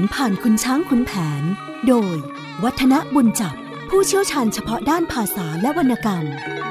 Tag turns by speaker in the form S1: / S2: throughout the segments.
S1: ผ่านคุณช้างขุนแผนโดยวัฒนบุญจับผู้เชี่ยวชาญเฉพาะด้านภาษาและวรรณกรรม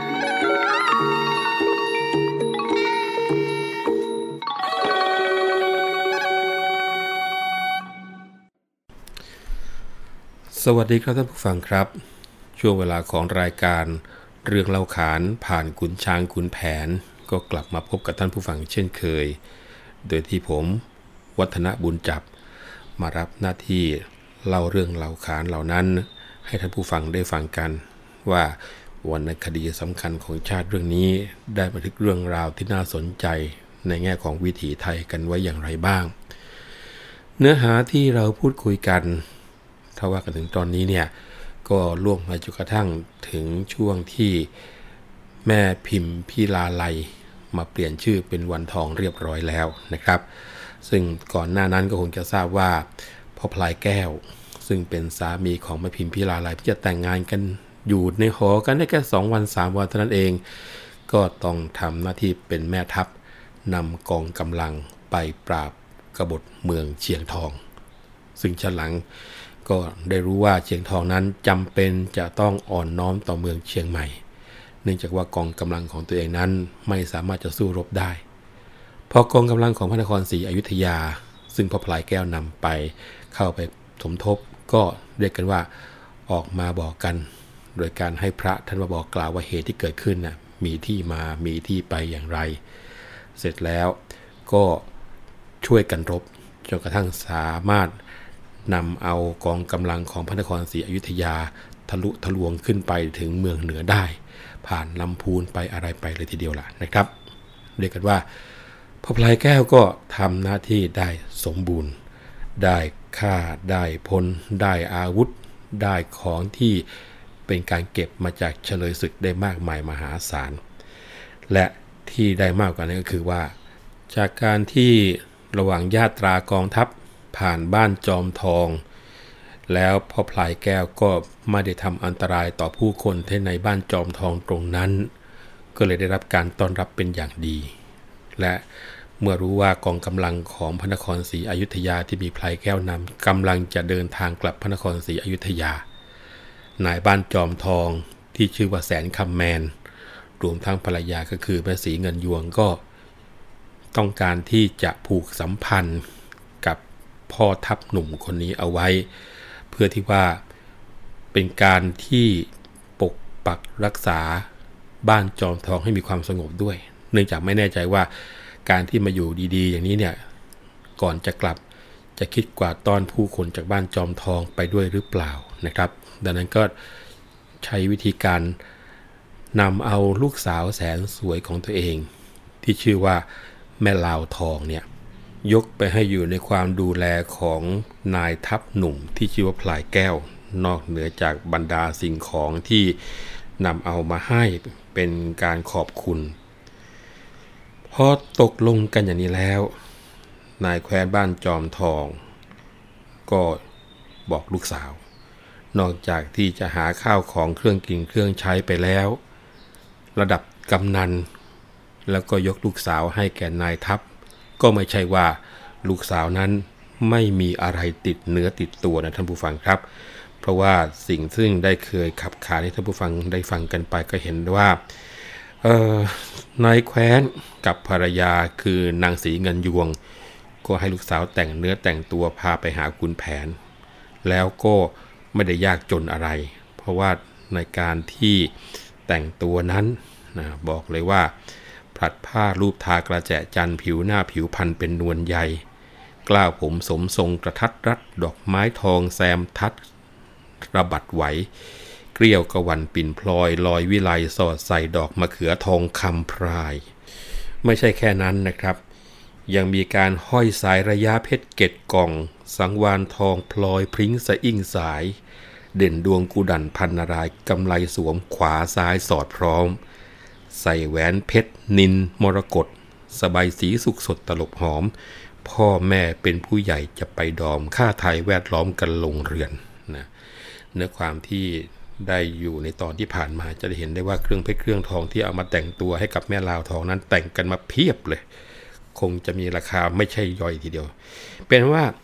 S2: สวัสดีครับท่านผู้ฟังครับช่วงเวลาของรายการเรื่องเล่าขานผ่านขุนช้างขุนแผนก็กลับมาพบกับท่านผู้ฟังเช่นเคยโดยที่ผมวัฒนบุญจับมารับหน้าที่เล่าเรื่องเล่าขานเหล่านั้นให้ท่านผู้ฟังได้ฟังกันว่าวรรณคดีสำคัญของชาติเรื่องนี้ได้บันทึกเรื่องราวที่น่าสนใจในแง่ของวิถีไทยกันไว้อย่างไรบ้างเนื้อหาที่เราพูดคุยกันถ้าว่ากันถึงตอนนี้เนี่ยก็ล่วงมาจนกระทั่งถึงช่วงที่แม่พิมพิลาไลยมาเปลี่ยนชื่อเป็นวันทองเรียบร้อยแล้วนะครับซึ่งก่อนหน้านั้นก็คงจะทราบว่าพ่อพลายแก้วซึ่งเป็นสามีของแม่พิมพิลาไลยที่จะแต่งงานกันอยู่ในหอกันได้แค่2 วัน3 วันเท่านั้นเองก็ต้องทำหน้าที่เป็นแม่ทัพนำกองกำลังไปปราบกบฏเมืองเชียงทองซึ่งชั้นหลังก็ได้รู้ว่าเชียงทองนั้นจำเป็นจะต้องอ่อนน้อมต่อเมืองเชียงใหม่เนื่องจากว่ากองกำลังของตัวเองนั้นไม่สามารถจะสู้รบได้พอกองกำลังของพระนครศรีอยุธยาซึ่งพ่อพลายแก้วนำไปเข้าไปสมทบก็เรียกกันว่าออกมาบอกกันโดยการให้พระท่านมาบอกกล่าวว่าเหตุที่เกิดขึ้นน่ะมีที่มามีที่ไปอย่างไรเสร็จแล้วก็ช่วยกันรบจนกระทั่งสามารถนำเอากองกำลังของพระนครศรีอยุธยาทะลุทะลวงขึ้นไปถึงเมืองเหนือได้ผ่านลำพูนไปอะไรไปเลยทีเดียวล่ะนะครับเรียกกันว่าพ่อพลายแก้วก็ทำหน้าที่ได้สมบูรณ์ได้ฆ่าได้พลได้อาวุธได้ของที่เป็นการเก็บมาจากเฉลยศึกได้มากมายมหาศาลและที่ได้มากกว่านั้นก็คือว่าจากการที่ระหว่างญาตรากองทัพผ่านบ้านจอมทองแล้วพ่อพลายแก้วก็ไม่ได้ทำอันตรายต่อผู้คนที่ในบ้านจอมทองตรงนั้นก็เลยได้รับการต้อนรับเป็นอย่างดีและเมื่อรู้ว่ากองกำลังของพระนครศรีอยุธยาที่มีพลายแก้วนำกำลังจะเดินทางกลับพระนครศรีอยุธยานายบ้านจอมทองที่ชื่อว่าแสนคำแมนรวมทั้งภรรยาก็คือแม่ศรีเงินยวงก็ต้องการที่จะผูกสัมพันธ์กับพ่อทัพหนุ่มคนนี้เอาไว้เพื่อที่ว่าเป็นการที่ปกปักรักษาบ้านจอมทองให้มีความสงบด้วยเนื่องจากไม่แน่ใจว่าการที่มาอยู่ดีๆอย่างนี้เนี่ยก่อนจะกลับจะคิดกวาดต้อนผู้คนจากบ้านจอมทองไปด้วยหรือเปล่านะครับดังนั้นก็ใช้วิธีการนำเอาลูกสาวแสนสวยของตัวเองที่ชื่อว่าแม่ลาวทองเนี่ยยกไปให้อยู่ในความดูแลของนายทัพหนุ่มที่ชื่อว่าพลายแก้วนอกเหนือจากบรรดาสิ่งของที่นำเอามาให้เป็นการขอบคุณพอตกลงกันอย่างนี้แล้วนายแคว้นบ้านจอมทองก็บอกลูกสาวนอกจากที่จะหาข้าวของเครื่องกินเครื่องใช้ไปแล้วระดับกำนันแล้วก็ยกลูกสาวให้แก่นายทัพก็ไม่ใช่ว่าลูกสาวนั้นไม่มีอะไรติดเนื้อติดตัวนะท่านผู้ฟังครับเพราะว่าสิ่งซึ่งได้เคยขับขานให้ท่านผู้ฟังได้ฟังกันไปก็เห็นว่านายแคว้นกับภรรยาคือนางศรีเงินยวงก็ให้ลูกสาวแต่งเนื้อแต่งตัวพาไปหาขุนแผนแล้วก็ไม่ได้ยากจนอะไรเพราะว่าในการที่แต่งตัวนั้นนะบอกเลยว่าผลัดผ้ารูปทากระแจจันผิวหน้าผิวพรรณเป็นนวลใยกล้าวผมสมทรงกระทัดรัดดอกไม้ทองแซมทัดระบัดไหวเกลี้ยวกระวันปิ่นพลอยลอยวิไลสอดใส่ดอกมะเขือทองคำพรายไม่ใช่แค่นั้นนะครับยังมีการห้อยสายระยะเพชรเกตกล่องสังวานทองพลอยพริ้งสะอิ่งสายเด่นดวงกุดันพันนารายกำไลสวมขวาซ้ายสอดพร้อมใส่แหวนเพชรนินมรกตสบายสีสุกสดตลบหอมพ่อแม่เป็นผู้ใหญ่จะไปดอมข้าไทยแวดล้อมกันลงเรือนนะเนื้อความที่ได้อยู่ในตอนที่ผ่านมาจะได้เห็นได้ว่าเครื่องเพชรเครื่องทองที่เอามาแต่งตัวให้กับแม่ลาวทองนั้นแต่งกันมาเพียบเลยคงจะมีราคาไม่ใช่ย่อยทีเดียวเป็นว่า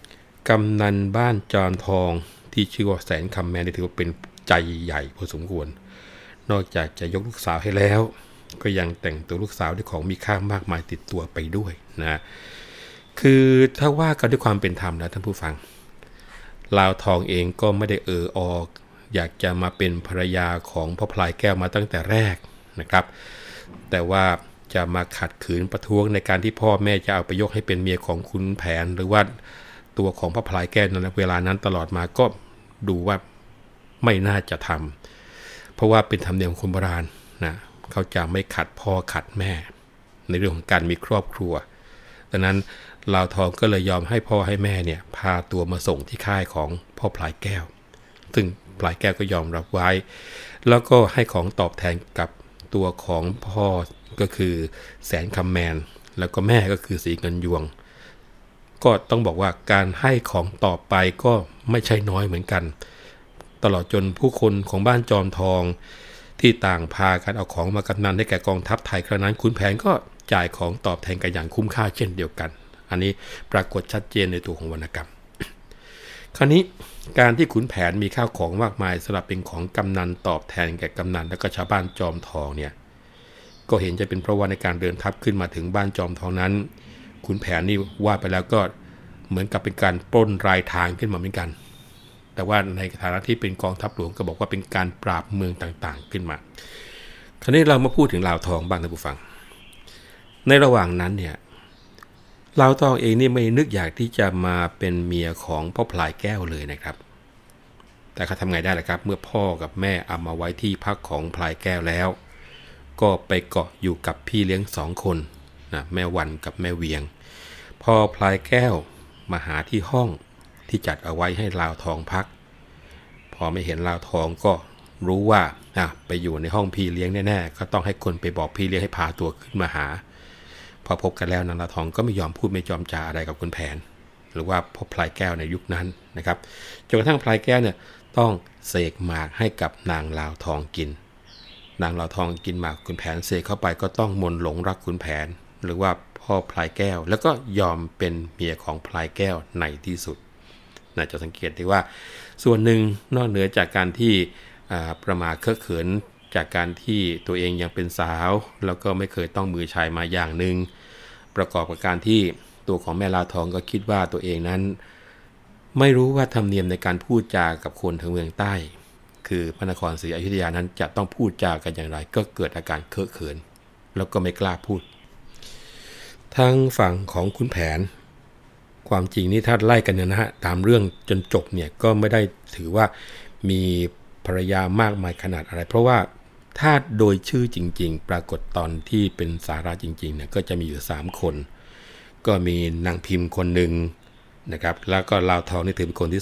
S2: กำนันบ้านจอมทองที่ชื่อว่าแสนคำแมนถือว่าเป็นใจใหญ่พอสมควรนอกจากจะยกลูกสาวให้แล้วก็ยังแต่งตัวลูกสาวด้วยของมีค่ามากมายติดตัวไปด้วยนะคือถ้าว่ากันด้วยความเป็นธรรมนะท่านผู้ฟังลาวทองเองก็ไม่ได้ออกอยากจะมาเป็นภรรยาของพ่อพลายแก้วมาตั้งแต่แรกนะครับแต่ว่าจะมาขัดขืนประท้วงในการที่พ่อแม่จะเอาไปยกให้เป็นเมียของขุนแผนหรือว่าตัวของพ่อพลายแก้วในเวลานั้นตลอดมาก็ดูว่าไม่น่าจะทำเพราะว่าเป็นธรรมเนียมคนโบราณนะเขาจะไม่ขัดพ่อขัดแม่ในเรื่องของการมีครอบครัวดังนั้นลาวทองก็เลยยอมให้พ่อให้แม่เนี่ยพาตัวมาส่งที่ค่ายของพ่อพลายแก้วซึ่งพลายแก้วก็ยอมรับไว้แล้วก็ให้ของตอบแทนกับตัวของพ่อก็คือแสนคำแมนแล้วก็แม่ก็คือสีเงินยวงก็ต้องบอกว่าการให้ของต่อไปก็ไม่ใช่น้อยเหมือนกันตลอดจนผู้คนของบ้านจอมทองที่ต่างพากันเอาของมากำนันให้แก่กองทัพไทยครั้งนั้นขุนแผนก็จ่ายของตอบแทนกันอย่างคุ้มค่าเช่นเดียวกันอันนี้ปรากฏชัดเจนในตัวของวรรณกรรม คราวนี้การที่ขุนแผนมีข้าวของมากมายสำหรับเป็นของกำนันตอบแทนแก่กำนันและก็ชาวบ้านจอมทองเนี่ยก็เห็นจะเป็นเพราะว่าในการเดินทัพขึ้นมาถึงบ้านจอมทองนั้นขุนแผนนี่ว่าไปแล้วก็เหมือนกับเป็นการปล้นรายทางขึ้นมาเหมือนกันแต่ว่าในฐานะที่เป็นกองทัพหลวงก็บอกว่าเป็นการปราบเมืองต่างๆขึ้นมาคราวนี้เรามาพูดถึงลาวทองบ้างท่านผู้ฟังในระหว่างนั้นเนี่ยลาวทองเองนี่ไม่นึกอยากที่จะมาเป็นเมียของพ่อพลายแก้วเลยนะครับแต่เขาทำไงได้ล่ะครับเมื่อพ่อกับแม่เอามาไว้ที่พักของพลายแก้วแล้วก็ไปเกาะอยู่กับพี่เลี้ยง2 คนนะแม่วันกับแม่เวียงพอพลายแก้วมาหาที่ห้องที่จัดเอาไว้ให้ลาวทองพักพอไม่เห็นลาวทองก็รู้ว่าไปอยู่ในห้องพี่เลี้ยงแน่ๆก็ต้องให้คนไปบอกพี่เลี้ยงให้พาตัวขึ้นมาหาพอพบกันแล้วนางลาวทองก็ไม่ยอมพูดไม่ยอมจาอะไรกับขุนแผนหรือว่าพ่อพลายแก้วในยุคนั้นนะครับจนกระทั่งพลายแก้วเนี่ยต้องเสกหมากให้กับนางลาวทองกินนางลาวทองกินหมากขุนแผนเสกเข้าไปก็ต้องมนหลงรักขุนแผนหรือว่าพ่อพลายแก้วแล้วก็ยอมเป็นเมียของพลายแก้วในที่สุดจะสังเกตได้ว่าส่วนหนึ่งนอกเหนือจากการที่ประมาทเคอะเขินจากการที่ตัวเองยังเป็นสาวแล้วก็ไม่เคยต้องมือชายมาอย่างหนึ่งประกอบกับการที่ตัวของแม่ลาวทองก็คิดว่าตัวเองนั้นไม่รู้ว่าธรรมเนียมในการพูดจากับคนทางเมืองใต้คือพระนครศรีอยุธยานั้นจะต้องพูดจากันอย่างไรก็เกิดอาการเคอะเขินแล้วก็ไม่กล้าพูดทางฝั่งของขุนแผนความจริงนี่ถ้าไล่กันเนี่ยนะฮะตามเรื่องจนจบเนี่ยก็ไม่ได้ถือว่ามีภรรยามากมายขนาดอะไรเพราะว่าถ้าโดยชื่อจริงๆปรากฏตอนที่เป็นสาระจริงๆเนี่ยก็จะมีอยู่3 คนก็มีนางพิมพ์คนหนึ่งนะครับแล้วก็ลาวทองนี่ถือเป็นคนที่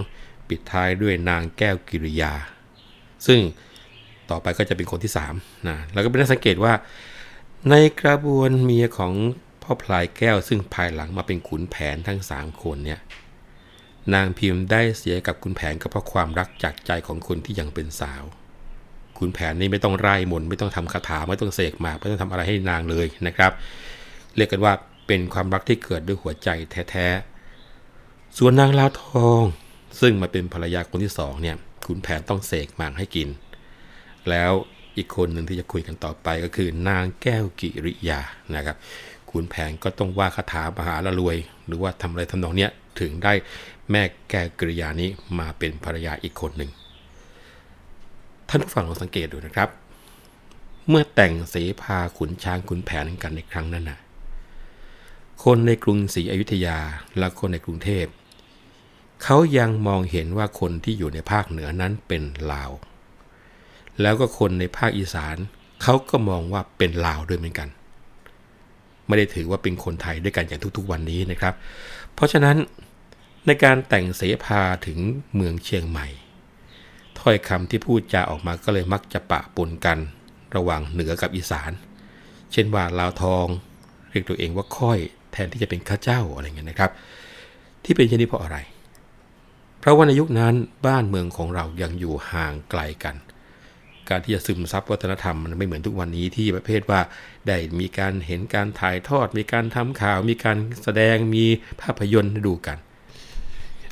S2: 2ปิดท้ายด้วยนางแก้วกิริยาซึ่งต่อไปก็จะเป็นคนที่3นะแล้วก็เป็นน่าสังเกตว่าในกระบวนเมียของพ่อพลายแก้วซึ่งภายหลังมาเป็นขุนแผนทั้ง3 คนเนี่ยนางพิมพ์ได้เสียกับขุนแผนก็เพราะความรักจากใจของคนที่ยังเป็นสาวขุนแผนนี่ไม่ต้องไร้มนต์ไม่ต้องทำคาถาไม่ต้องเสกหมากไม่ต้องทำอะไรให้นางเลยนะครับเรียกกันว่าเป็นความรักที่เกิดด้วยหัวใจแท้ๆส่วนนางลาวทองซึ่งมาเป็นภรรยาคนที่2เนี่ยขุนแผนต้องเสกหมากให้กินแล้วอีกคนหนึ่งที่จะคุยกันต่อไปก็คือนางแก้วกิริยานะครับขุนแผนก็ต้องว่าคาถามหาละรวยหรือว่าทำอะไรทำนองเนี้ยถึงได้แม่แก้วกิริยานี้มาเป็นภรรยาอีกคนหนึ่งท่านผู้ฟังลองสังเกตดูนะครับเมื่อแต่งเสภาขุนช้างขุนแผนกันในครั้งนั้นนะคนในกรุงศรีอยุธยาและคนในกรุงเทพเขายังมองเห็นว่าคนที่อยู่ในภาคเหนือนั้นเป็นลาวแล้วก็คนในภาคอีสานเขาก็มองว่าเป็นลาวด้วยเหมือนกันไม่ได้ถือว่าเป็นคนไทยด้วยกันอย่างทุกๆวันนี้นะครับเพราะฉะนั้นในการแต่งเสภาถึงเมืองเชียงใหม่ถ้อยคำที่พูดจาออกมาก็เลยมักจะปะปนกันระหว่างเหนือกับอีสานเช่นว่าลาวทองเรียกตัวเองว่าค่อยแทนที่จะเป็นข้าเจ้าอะไรเงี้ยนะครับที่เป็นเช่นนี้เพราะอะไรเพราะว่าในยุคนั้นบ้านเมืองของเรายังอยู่ห่างไกลกันการที่จะซึมซับวัฒนธรรมมันไม่เหมือนทุกวันนี้ที่ประเภทว่าได้มีการเห็นการถ่ายทอดมีการทำข่าวมีการแสดงมีภาพยนตร์ให้ดูกัน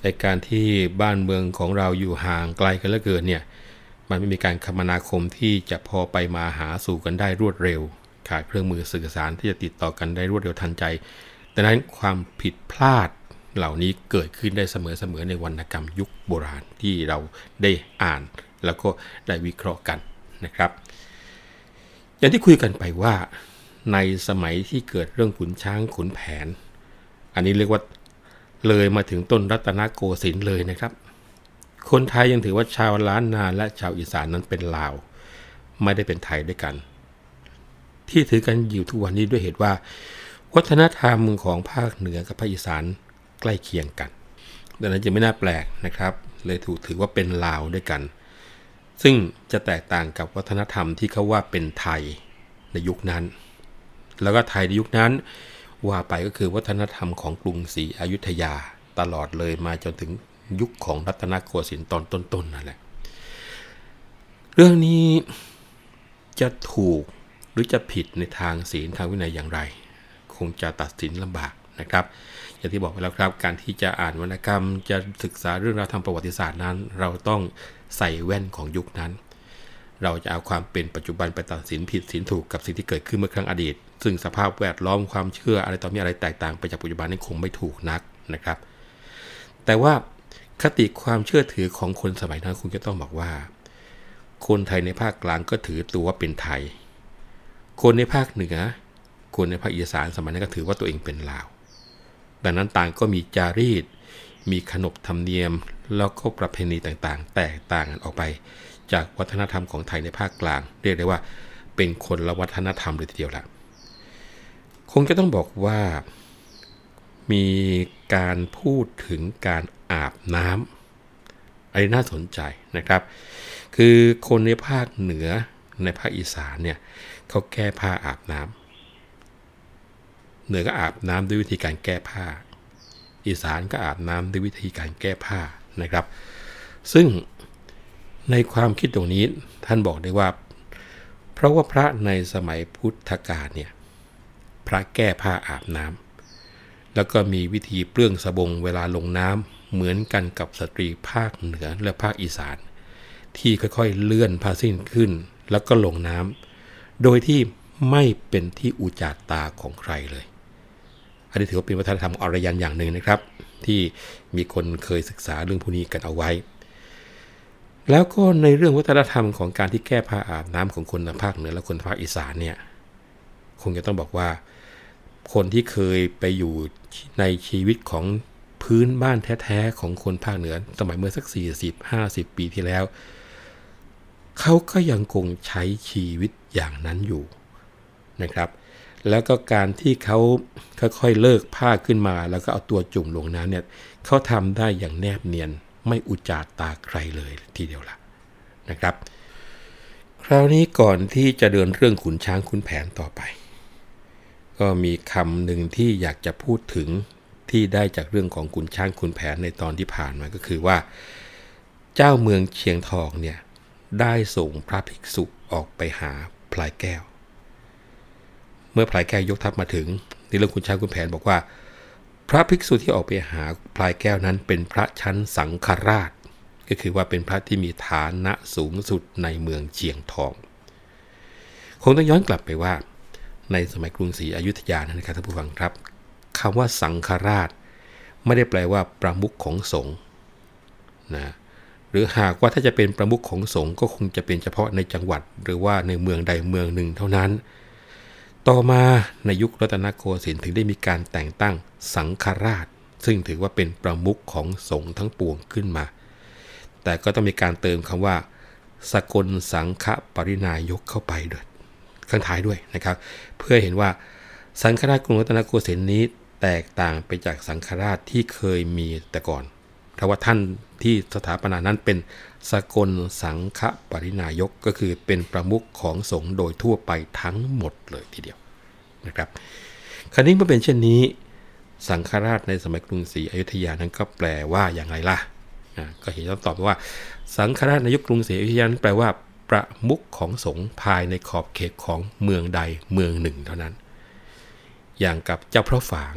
S2: ในการที่บ้านเมืองของเราอยู่ห่างไกลกันเหลือเกินเนี่ยมันไม่มีการคมนาคมที่จะพอไปมาหาสู่กันได้รวดเร็วขาดเครื่องมือสื่อสารที่จะติดต่อกันได้รวดเร็วทันใจดังนั้นความผิดพลาดเหล่านี้เกิดขึ้นได้เสมอในวรรณกรรมยุคโบราณที่เราได้อ่านแล้วก็ได้วิเคราะห์กันนะครับอย่างที่คุยกันไปว่าในสมัยที่เกิดเรื่องขุนช้างขุนแผนอันนี้เรียกว่าเลยมาถึงต้นรัตนโกสินทร์เลยนะครับคนไทยยังถือว่าชาวล้านนาและชาวอีสานนั้นเป็นลาวไม่ได้เป็นไทยด้วยกันที่ถือกันอยู่ทุกวันนี้ด้วยเหตุว่าวัฒนธรรมของภาคเหนือกับภาคอีสานใกล้เคียงกันดังนั้นจะไม่น่าแปลกนะครับเลยถูกถือว่าเป็นลาวด้วยกันซึ่งจะแตกต่างกับวัฒนธรรมที่เขาว่าเป็นไทยในยุคนั้นแล้วก็ไทยในยุคนั้นว่าไปก็คือวัฒนธรรมของกรุงศรีอยุธยาตลอดเลยมาจนถึงยุคของรัตนโกสินทร์ตอนต้นๆนั่นแหละเรื่องนี้จะถูกหรือจะผิดในทางศีลทางวินัยอย่างไรคงจะตัดสินลำบากนะครับอย่างที่บอกไปแล้วครับการที่จะอ่านวรรณกรรมจะศึกษาเรื่องราวทางประวัติศาสตร์นั้นเราต้องใส่แว่นของยุคนั้นเราจะเอาความเป็นปัจจุบันไปตัดสินผิดสินถูกกับสิ่งที่เกิดขึ้นเมื่อครั้งอดีตซึ่งสภาพแวดล้อมความเชื่ออะไรต่อมีอะไรแตกต่างไปจากปัจจุบันนี้คงไม่ถูกนักนะครับแต่ว่าคติความเชื่อถือของคนสมัยนั้นคุณจะต้องบอกว่าคนไทยในภาคกลางก็ถือตัวว่าเป็นไทยคนในภาคเหนือคนในภาคอีสานสมัยนั้นก็ถือว่าตัวเองเป็นลาวดังนั้นต่างก็มีจารีตมีขนบธรรมเนียมแล้วก็ประเพณีต่างๆแตกต่างกันออกไปจากวัฒนธรรมของไทยในภาคกลางเรียกได้ว่าเป็นคนละวัฒนธรรมเลยทีเดียวละคงจะต้องบอกว่ามีการพูดถึงการอาบน้ำอันนี้น่าสนใจนะครับคือคนในภาคเหนือในภาคอีสานเนี่ยเขาแก้ผ้าอาบน้ำเหนือก็อาบน้ำด้วยวิธีการแก้ผ้าอีสานก็อาบน้ำด้วยวิธีการแก้ผ้านะครับซึ่งในความคิดตรงนี้ท่านบอกได้ว่าเพราะว่าพระในสมัยพุทธกาลเนี่ยพระแก้ผ้าอาบน้ำแล้วก็มีวิธีเปลื้องสบงเวลาลงน้ำเหมือนกันกับสตรีภาคเหนือและภาคอีสานที่ค่อยๆเลื่อนผ้าสิ้นขึ้นแล้วก็ลงน้ำโดยที่ไม่เป็นที่อุจจาตาของใครเลยอันนี้ถือว่าเป็นวัฒนธรรมอารยันอย่างหนึ่งนะครับที่มีคนเคยศึกษาเรื่องพวกนี้กันเอาไว้แล้วก็ในเรื่องวัฒนธรรมของการที่แก้ผ้าอาบน้ำของคนภาคเหนือและคนภาคอีสานเนี่ยคงจะต้องบอกว่าคนที่เคยไปอยู่ในชีวิตของพื้นบ้านแท้ๆของคนภาคเหนือสมัยเมื่อสัก 40-50 ปีที่แล้วเขาก็ยังคงใช้ชีวิตอย่างนั้นอยู่นะครับแล้วก็การที่เขาค่อยๆเลิกผ้าขึ้นมาแล้วก็เอาตัวจุ่มลงน้ำเนี่ยเขาทำได้อย่างแนบเนียนไม่อุจจาตาใครเลยทีเดียวละนะครับคราวนี้ก่อนที่จะเดินเรื่องขุนช้างขุนแผนต่อไปก็มีคำหนึ่งที่อยากจะพูดถึงที่ได้จากเรื่องของขุนช้างขุนแผนในตอนที่ผ่านมาก็คือว่าเจ้าเมืองเชียงทองเนี่ยได้ส่งพระภิกษุออกไปหาพลายแก้วเมื่อพลายแก้วยกทัพมาถึงในเรื่องขุนช้างขุนแผนบอกว่าพระภิกษุที่ออกไปหาพลายแก้วนั้นเป็นพระชั้นสังฆราชก็คือว่าเป็นพระที่มีฐานะสูงสุดในเมืองเชียงทองคงต้องย้อนกลับไปว่าในสมัยกรุงศรีอยุธยานะครับท่านผู้ฟังครับคำว่าสังฆราชไม่ได้แปลว่าประมุขของสงฆ์นะหรือหากว่าถ้าจะเป็นประมุขของสงฆ์ก็คงจะเป็นเฉพาะในจังหวัดหรือว่าในเมืองใดเมืองหนึ่งเท่านั้นต่อมาในยุครัตนโกสินทร์ถึงได้มีการแต่งตั้งสังฆราชซึ่งถือว่าเป็นประมุขของสงฆ์ทั้งปวงขึ้นมาแต่ก็ต้องมีการเติมคำว่าสกลสังฆปรินายกเข้าไปด้วยข้างท้ายด้วยนะครับเพื่อเห็นว่าสังฆราชกรุงรัตนโกสินทร์นี้แตกต่างไปจากสังฆราชที่เคยมีแต่ก่อนเพราะว่าท่านที่สถาปนานั้นเป็นสกลสังฆปรินายกก็คือเป็นประมุขของสงฆ์โดยทั่วไปทั้งหมดเลยทีเดียวนะครับคราวนี้เมื่อเป็นเช่นนี้สังฆราชในสมัยกรุงศรีอยุธยานั้นก็แปลว่าอย่างไรล่ะก็เห็นคำตอบว่าสังฆราชในยุคกรุงศรีอยุธยานั้นแปลว่าประมุขของสงฆ์ภายในขอบเขตของเมืองใดเมืองหนึ่งเท่านั้นอย่างกับเจ้าพระฝาง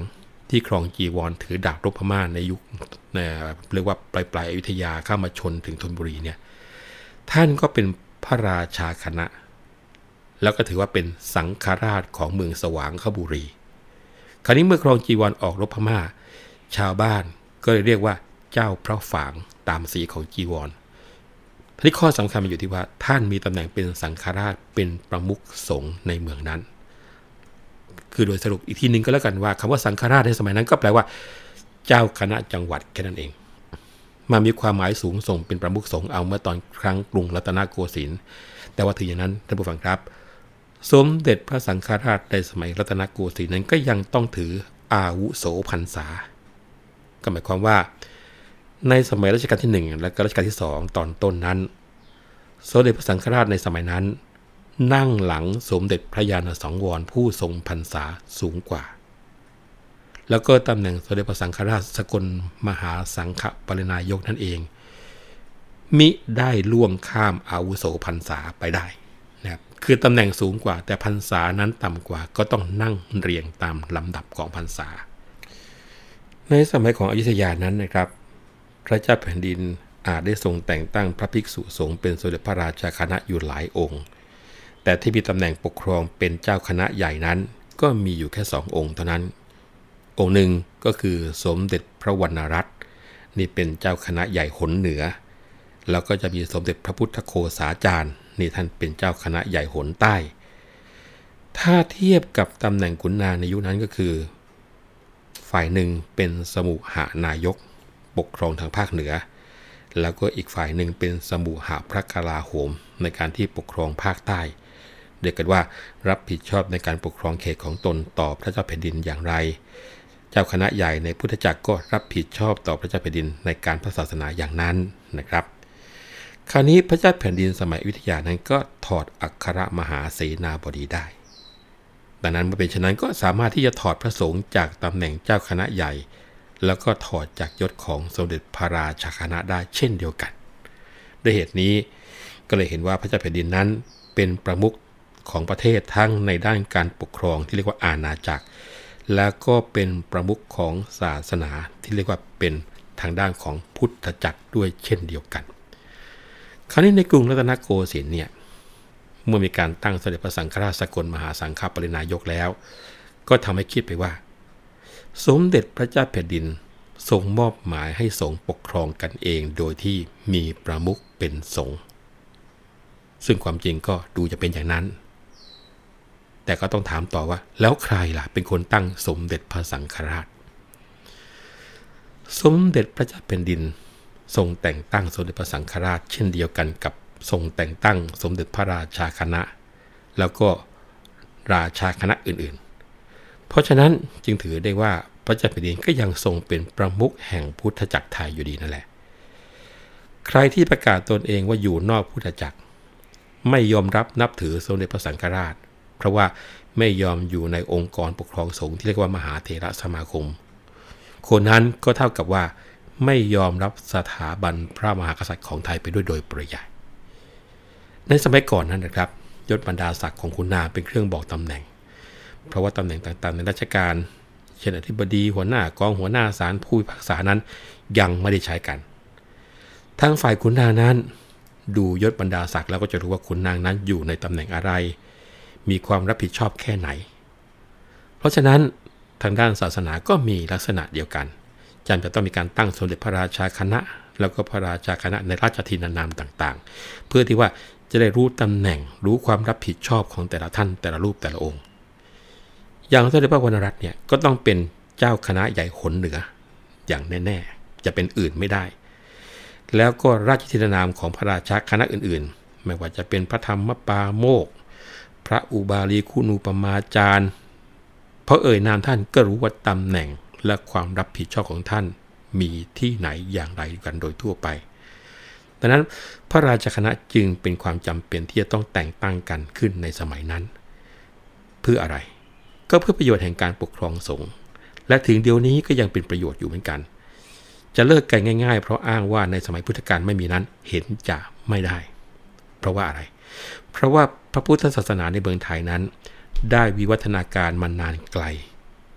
S2: ที่ครองจีวรถือดาบรบพม่าในยุคเรียกว่าปลายอยุธยาเข้ามาชนถึงธนบุรีเนี่ยท่านก็เป็นพระราชาคณะแล้วก็ถือว่าเป็นสังฆราชของเมืองสว่างขบุรีคราวนี้เมื่อครองจีวรออกรบพม่าชาวบ้านก็เลยเรียกว่าเจ้าพระฝางตามสีของจีวรที่ข้อสำคัญมันอยู่ที่ว่าท่านมีตำแหน่งเป็นสังฆราชเป็นประมุขสงฆ์ในเมืองนั้นคือโดยสรุปอีกทีนึงก็แล้วกันว่าคำว่าสังฆราชในสมัยนั้นก็แปลว่าเจ้าคณะจังหวัดแค่นั้นเองมามีความหมายสูงส่งเป็นประมุขสงฆ์เอาเมื่อตอนครั้งกรุงรัตนโกสินทร์แต่ว่าถึงอย่างนั้นท่านผู้ฟังครับสมเด็จพระสังฆราชในสมัยรัตนโกสินทร์นั้นก็ยังต้องถืออาวุโสพรรษาก็หมายความว่าในสมัยรัชกาลที่1และก็รัชกาลที่2ตอนต้นนั้นสมเด็จพระสังฆราชในสมัยนั้นนั่งหลังสมเด็จพระญาณสังวรผู้ทรงพรรษาสูงกว่าแล้วก็ตำแหน่งสมเด็จพระสังฆราชสกลมหาสังฆปรินายกนั่นเองมิได้ล่วงข้ามอาวุโสพรรษาไปได้นะครับคือตำแหน่งสูงกว่าแต่พรรษานั้นต่ำกว่าก็ต้องนั่งเรียงตามลำดับของพรรษาในสมัยของอยุธยานั้นนะครับพระเจ้าแผ่นดินอาจได้ทรงแต่งตั้งพระภิกษุสงฆ์เป็นสมเด็จพระราชาคณะอยู่หลายองค์แต่ที่มีตำแหน่งปกครองเป็นเจ้าคณะใหญ่นั้นก็มีอยู่แค่2 องค์เท่านั้นองค์หนึ่งก็คือสมเด็จพระวรรณรัตน์นี่เป็นเจ้าคณะใหญ่หนเหนือแล้วก็จะมีสมเด็จพระพุทธโฆษาจารย์นี่ท่านเป็นเจ้าคณะใหญ่หนใต้ถ้าเทียบกับตำแหน่งขุนนางในยุคนั้นก็คือฝ่ายหนึ่งเป็นสมุหานายกปกครองทางภาคเหนือแล้วก็อีกฝ่ายหนึ่งเป็นสมุหพระกลาโหมในการที่ปกครองภาคใต้เรียกกันว่ารับผิดชอบในการปกครองเขตของตนต่อพระเจ้าแผ่นดินอย่างไรเจ้าคณะใหญ่ในพุทธจักรก็รับผิดชอบต่อพระเจ้าแผ่นดินในการพระศาสนาอย่างนั้นนะครับคราวนี้พระเจ้าแผ่นดินสมัยอยุธยานั้นก็ถอดอัครมหาเสนาบดีได้ดังนั้นเมื่อเป็นเช่นนั้นก็สามารถที่จะถอดพระสงฆ์จากตำแหน่งเจ้าคณะใหญ่แล้วก็ถอดจากยศของสมเด็จพระราชาคณะได้เช่นเดียวกันด้วยเหตุนี้ก็เลยเห็นว่าพระเจ้าแผ่นดินนั้นเป็นประมุขของประเทศทั้งในด้านการปกครองที่เรียกว่าอาณาจักรแล้วก็เป็นประมุขของศาสนาที่เรียกว่าเป็นทางด้านของพุทธจักรด้วยเช่นเดียวกันคราวนี้ในกรุงรัตนโกสินทร์เนี่ยเมื่อมีการตั้งสมเด็จพระสังฆราชสกลมหาสังฆปรินายกแล้วก็ทำให้คิดไปว่าสมเด็จพระเจ้าแผ่นดินทรงมอบหมายให้สงฆ์ปกครองกันเองโดยที่มีประมุขเป็นสงฆ์ซึ่งความจริงก็ดูจะเป็นอย่างนั้นแต่ก็ต้องถามต่อว่าแล้วใครล่ะเป็นคนตั้งสมเด็จพระสังฆราชสมเด็จพระเจ้าแผ่นดินทรงแต่งตั้งสมเด็จพระสังฆราชเช่นเดียวกันกับทรงแต่งตั้งสมเด็จพระราชาคณะแล้วก็ราชาคณะอื่นๆเพราะฉะนั้นจึงถือได้ว่าพระเจ้าแผ่นดินก็ยังทรงเป็นประมุขแห่งพุทธจักรไทยอยู่ดีนั่นแหละใครที่ประกาศตนเองว่าอยู่นอกพุทธจักรไม่ยอมรับนับถือสมเด็จพระสังฆราชเพราะว่าไม่ยอมอยู่ในองค์กรปกครองสงฆ์ที่เรียกว่ามหาเถรสมาคมคนนั้นก็เท่ากับว่าไม่ยอมรับสถาบันพระมหากษัตริย์ของไทยไปด้วยโดยปริยายในสมัยก่อนนั้นนะครับยศบรรดาศักดิ์ของขุนนางเป็นเครื่องบอกตำแหน่งเพราะว่าตำแหน่งต่างๆในราชการเช่นอธิบดีหัวหน้ากองหัวหน้าศาลผู้พิพากษานั้นยังไม่ได้ใช้กันทางฝ่ายขุนนางนั้นดูยศบรรดาศักดิ์แล้วก็จะรู้ว่าขุนนางนั้นอยู่ในตำแหน่งอะไรมีความรับผิดชอบแค่ไหนเพราะฉะนั้นทางด้านศาสนาก็มีลักษณะเดียวกันจำจะต้องมีการตั้งสมเด็จพระราชาคณะแล้วก็พระราชาคณะในราชทินานามต่างๆเพื่อที่ว่าจะได้รู้ตำแหน่งรู้ความรับผิดชอบของแต่ละท่านแต่ละรูปแต่ละองค์อย่างสมเด็จพระวรรณรัตน์เนี่ยก็ต้องเป็นเจ้าคณะใหญ่หนเหนืออย่างแน่ๆจะเป็นอื่นไม่ได้แล้วก็ราชทินานามของพระราชาคณะอื่นๆไม่ว่าจะเป็นพระธรรมปาโมกข์พระอุบาลีคุณูปมาจารย์เพราะเอ่ยนามท่านก็รู้ว่าตำแหน่งและความรับผิดชอบของท่านมีที่ไหนอย่างไรกันโดยทั่วไปดังนั้นพระราชคณะจึงเป็นความจำเป็นที่จะต้องแต่งตั้งกันขึ้นในสมัยนั้นเพื่ออะไรก็เพื่อประโยชน์แห่งการปกครองสงฆ์และถึงเดี๋ยวนี้ก็ยังเป็นประโยชน์อยู่เหมือนกันจะเลิกกันง่ายๆเพราะอ้างว่าในสมัยพุทธกาลไม่มีนั้นเห็นจะไม่ได้เพราะว่าอะไรเพราะว่าพระพุทธศาสนาในเมืองไทยนั้นได้วิวัฒนาการมานานไกล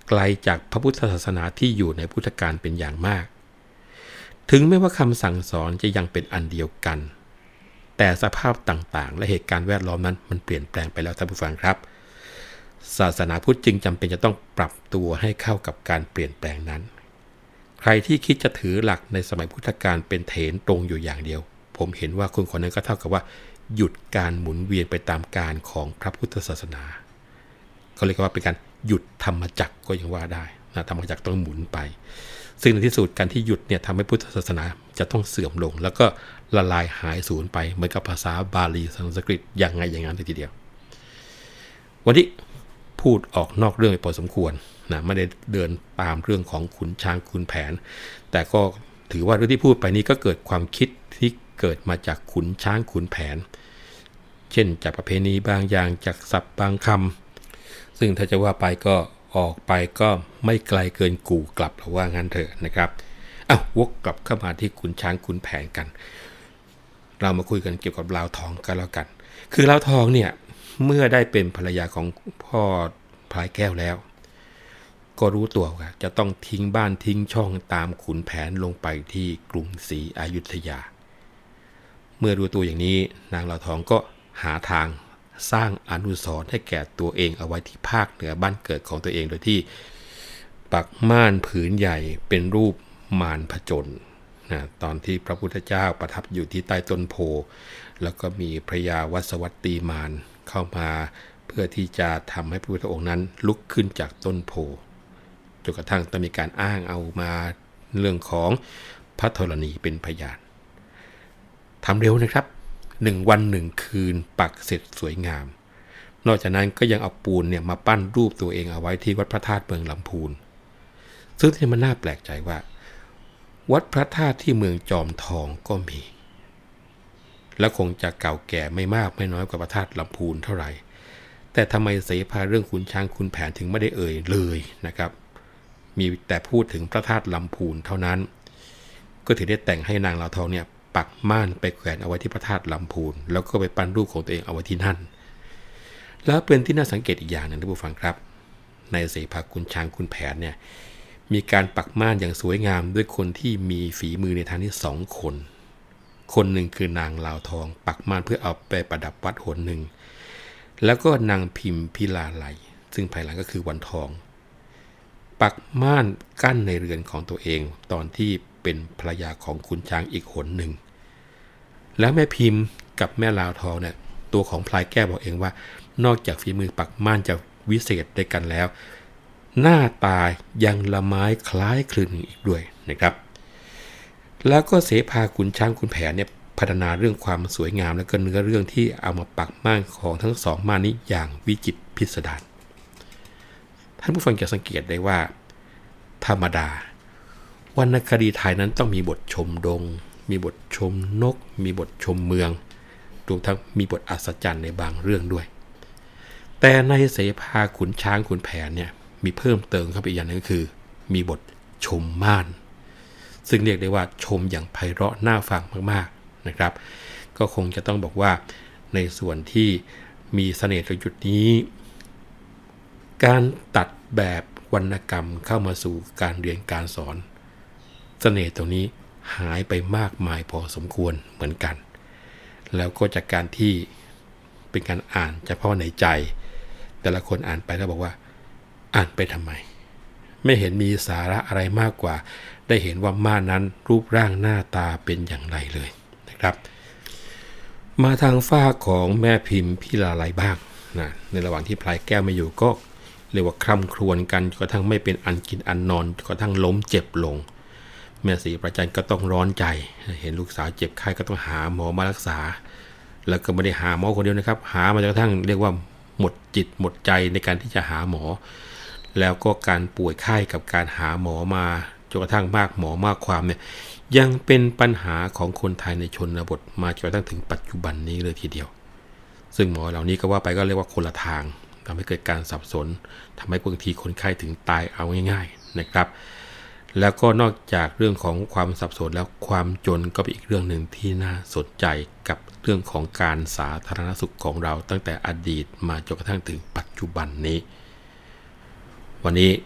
S2: ไกลจากพระพุทธศาสนาที่อยู่ในพุทธกาลเป็นอย่างมากถึงแม้ว่าคำสั่งสอนจะยังเป็นอันเดียวกันแต่สภาพต่างๆและเหตุการณ์แวดล้อมนั้นมันเปลี่ยนแปลงไปแล้วท่านผู้ฟังครับศาสนาพุทธจึงจำเป็นจะต้องปรับตัวให้เข้ากับการเปลี่ยนแปลงนั้นใครที่คิดจะถือหลักในสมัยพุทธกาลเป็นเถนตรงอยู่อย่างเดียวผมเห็นว่าคนนั้นก็เท่ากับว่าหยุดการหมุนเวียนไปตามกาลของพระพุทธศาสนาเขาเรียกว่าเป็นการหยุดธรรมจักรก็ยังว่าได้นะธรรมจักรต้องหมุนไปซึ่งในที่สุดการที่หยุดเนี่ยทำให้พุทธศาสนาจะต้องเสื่อมลงแล้วก็ละลายหายสูญไปเหมือนกับภาษาบาลีสันสกฤตอย่างไงอย่างนั้นเลยทีเดียววันนี้พูดออกนอกเรื่องไปพอสมควรนะไม่ได้เดินตามเรื่องของขุนช้างขุนแผนแต่ก็ถือว่าเรื่องที่พูดไปนี้ก็เกิดความคิดที่เกิดมาจากขุนช้างขุนแผนเช่นจากประเพณีบางอย่างจากศัพท์บางคำซึ่งถ้าจะว่าไปก็ออกไปก็ไม่ไกลเกินกู่กลับหรือว่างั้นเถอะนะครับวกกลับเข้ามาที่ขุนช้างขุนแผนกันเรามาคุยกันเกี่ยวกับลาวทองกันแล้วกันคือลาวทองเนี่ยเมื่อได้เป็นภรรยาของพ่อพลายแก้วแล้วก็รู้ตัวว่าจะต้องทิ้งบ้านทิ้งช่องตามขุนแผนลงไปที่กรุงศรีอยุธยาเมื่อรู้ตัวอย่างนี้นางลาวทองก็หาทางสร้างอนุสรณ์ให้แก่ตัวเองเอาไว้ที่ภาคเหนือบ้านเกิดของตัวเองโดยที่ปักม่านผืนใหญ่เป็นรูปมารผจญตอนที่พระพุทธเจ้าประทับอยู่ที่ใต้ต้นโพแล้วก็มีพระยาวัสวัตตีมารเข้ามาเพื่อที่จะทำให้พระพุทธองค์นั้นลุกขึ้นจากต้นโพจนกระทั่งต้องมีการอ้างเอามาเรื่องของพระธรณีเป็นพยานทำเร็วนะครับ1 วัน 1 คืนปักเสร็จสวยงามนอกจากนั้นก็ยังเอาปูนเนี่ยมาปั้นรูปตัวเองเอาไว้ที่วัดพระธาตุเมืองลำพูนซึ่งที่มันน่าแปลกใจว่าวัดพระธาตุที่เมืองจอมทองก็มีและคงจะเก่าแก่ไม่มากไม่น้อยกว่าพระธาตุลำพูนเท่าไหร่แต่ทำไมเสภาเรื่องขุนช้างขุนแผนถึงไม่ได้เอ่ยเลยนะครับมีแต่พูดถึงพระธาตุลำพูนเท่านั้นก็ถึงได้แต่งให้นางลาวทองเนี่ยปักม่านไปแขวนเอาไว้ที่พระธาตุลำพูนแล้วก็ไปปั้นรูปของตัวเองเอาไว้ที่นั่นแล้วเป็นที่น่าสังเกตอีกอย่างหนึ่งท่านผู้ฟังครับในเสภาขุนช้างขุนแผนเนี่ยมีการปักม่านอย่างสวยงามด้วยคนที่มีฝีมือในทางนี้2 คนหนึ่งคือนางลาวทองปักม่านเพื่อเอาไปประดับวัดหนหนึ่งแล้วก็นางพิมพิลาไลซึ่งภายหลังก็คือวันทองปักม่านกั้นในเรือนของตัวเองตอนที่เป็นภรรยาของขุนช้างอีกหนหนึ่งแล้วแม่พิมพ์กับแม่ลาวทองเนี่ยตัวของพลายแก้วบอกเองว่านอกจากฝีมือปักม่านจะวิเศษด้วยกันแล้วหน้าตายังละไม้คล้ายคลึงอีกด้วยนะครับแล้วก็เสภาขุนช้างขุนแผนเนี่ยพัฒนาเรื่องความสวยงามและก็เนื้อเรื่องที่เอามาปักม่านของทั้ง2ม่านนี้อย่างวิจิตรพิสดารท่านผู้ฟังจะสังเกตได้ว่าธรรมดาวรรณคดีไทยนั้นต้องมีบทชมดงมีบทชมนกมีบทชมเมืองรวมทั้งมีบทอัศจรรย์ในบางเรื่องด้วยแต่ในเสภาขุนช้างขุนแผนเนี่ยมีเพิ่มเติมเข้าไปอีกอย่างนึงก็คือมีบทชมม่านซึ่งเรียกได้ว่าชมอย่างไพเราะน่าฟังมากๆนะครับก็คงจะต้องบอกว่าในส่วนที่มีเสน่ห์ตรงจุดนี้การตัดแบบวรรณกรรมเข้ามาสู่การเรียนการสอนเสน่ห์ตรงนี้หายไปมากมายพอสมควรเหมือนกันแล้วก็จากการที่เป็นการอ่านเฉพาะในใจแต่ละคนอ่านไปแล้วบอกว่าอ่านไปทำไมไม่เห็นมีสาระอะไรมากกว่าได้เห็นว่าม่านนั้นรูปร่างหน้าตาเป็นอย่างไรเลยนะครับมาทางฝ้าของแม่พิมพ์พิลาไลบ้างนะในระหว่างที่พลายแก้วไม่อยู่ก็เรียกว่าคร่ำครวญกันจนกระทั่งไม่เป็นอันกินอันนอนจนกระทั่งล้มเจ็บลงแม่ศรีประจันก็ต้องร้อนใจเห็นลูกสาวเจ็บไข้ก็ต้องหาหมอมารักษาแล้วก็ไม่ได้หาหมอคนเดียวนะครับหามาจนกระทั่งเรียกว่าหมดจิตหมดใจในการที่จะหาหมอแล้วก็การป่วยไข้กับการหาหมอมาจนกระทั่งมากหมอมากความเนี่ยยังเป็นปัญหาของคนไทยในชนบทมาจนกระทั่งถึงปัจจุบันนี้เลยทีเดียวซึ่งหมอเหล่านี้ก็ว่าไปก็เรียกว่าคนละทางทำให้เกิดการสับสนทำให้บางทีคนไข้ถึงตายเอาง่ายๆนะครับแล้วก็นอกจากเรื่องของความสับสนแล้วความจนก็เป็นอีกเรื่องหนึ่งที่น่าสนใจกับเรื่องของการสาธารณสุขของเราตั้งแต่อดีตมาจนกระทั่งถึงปัจจุบันนี้วันนี้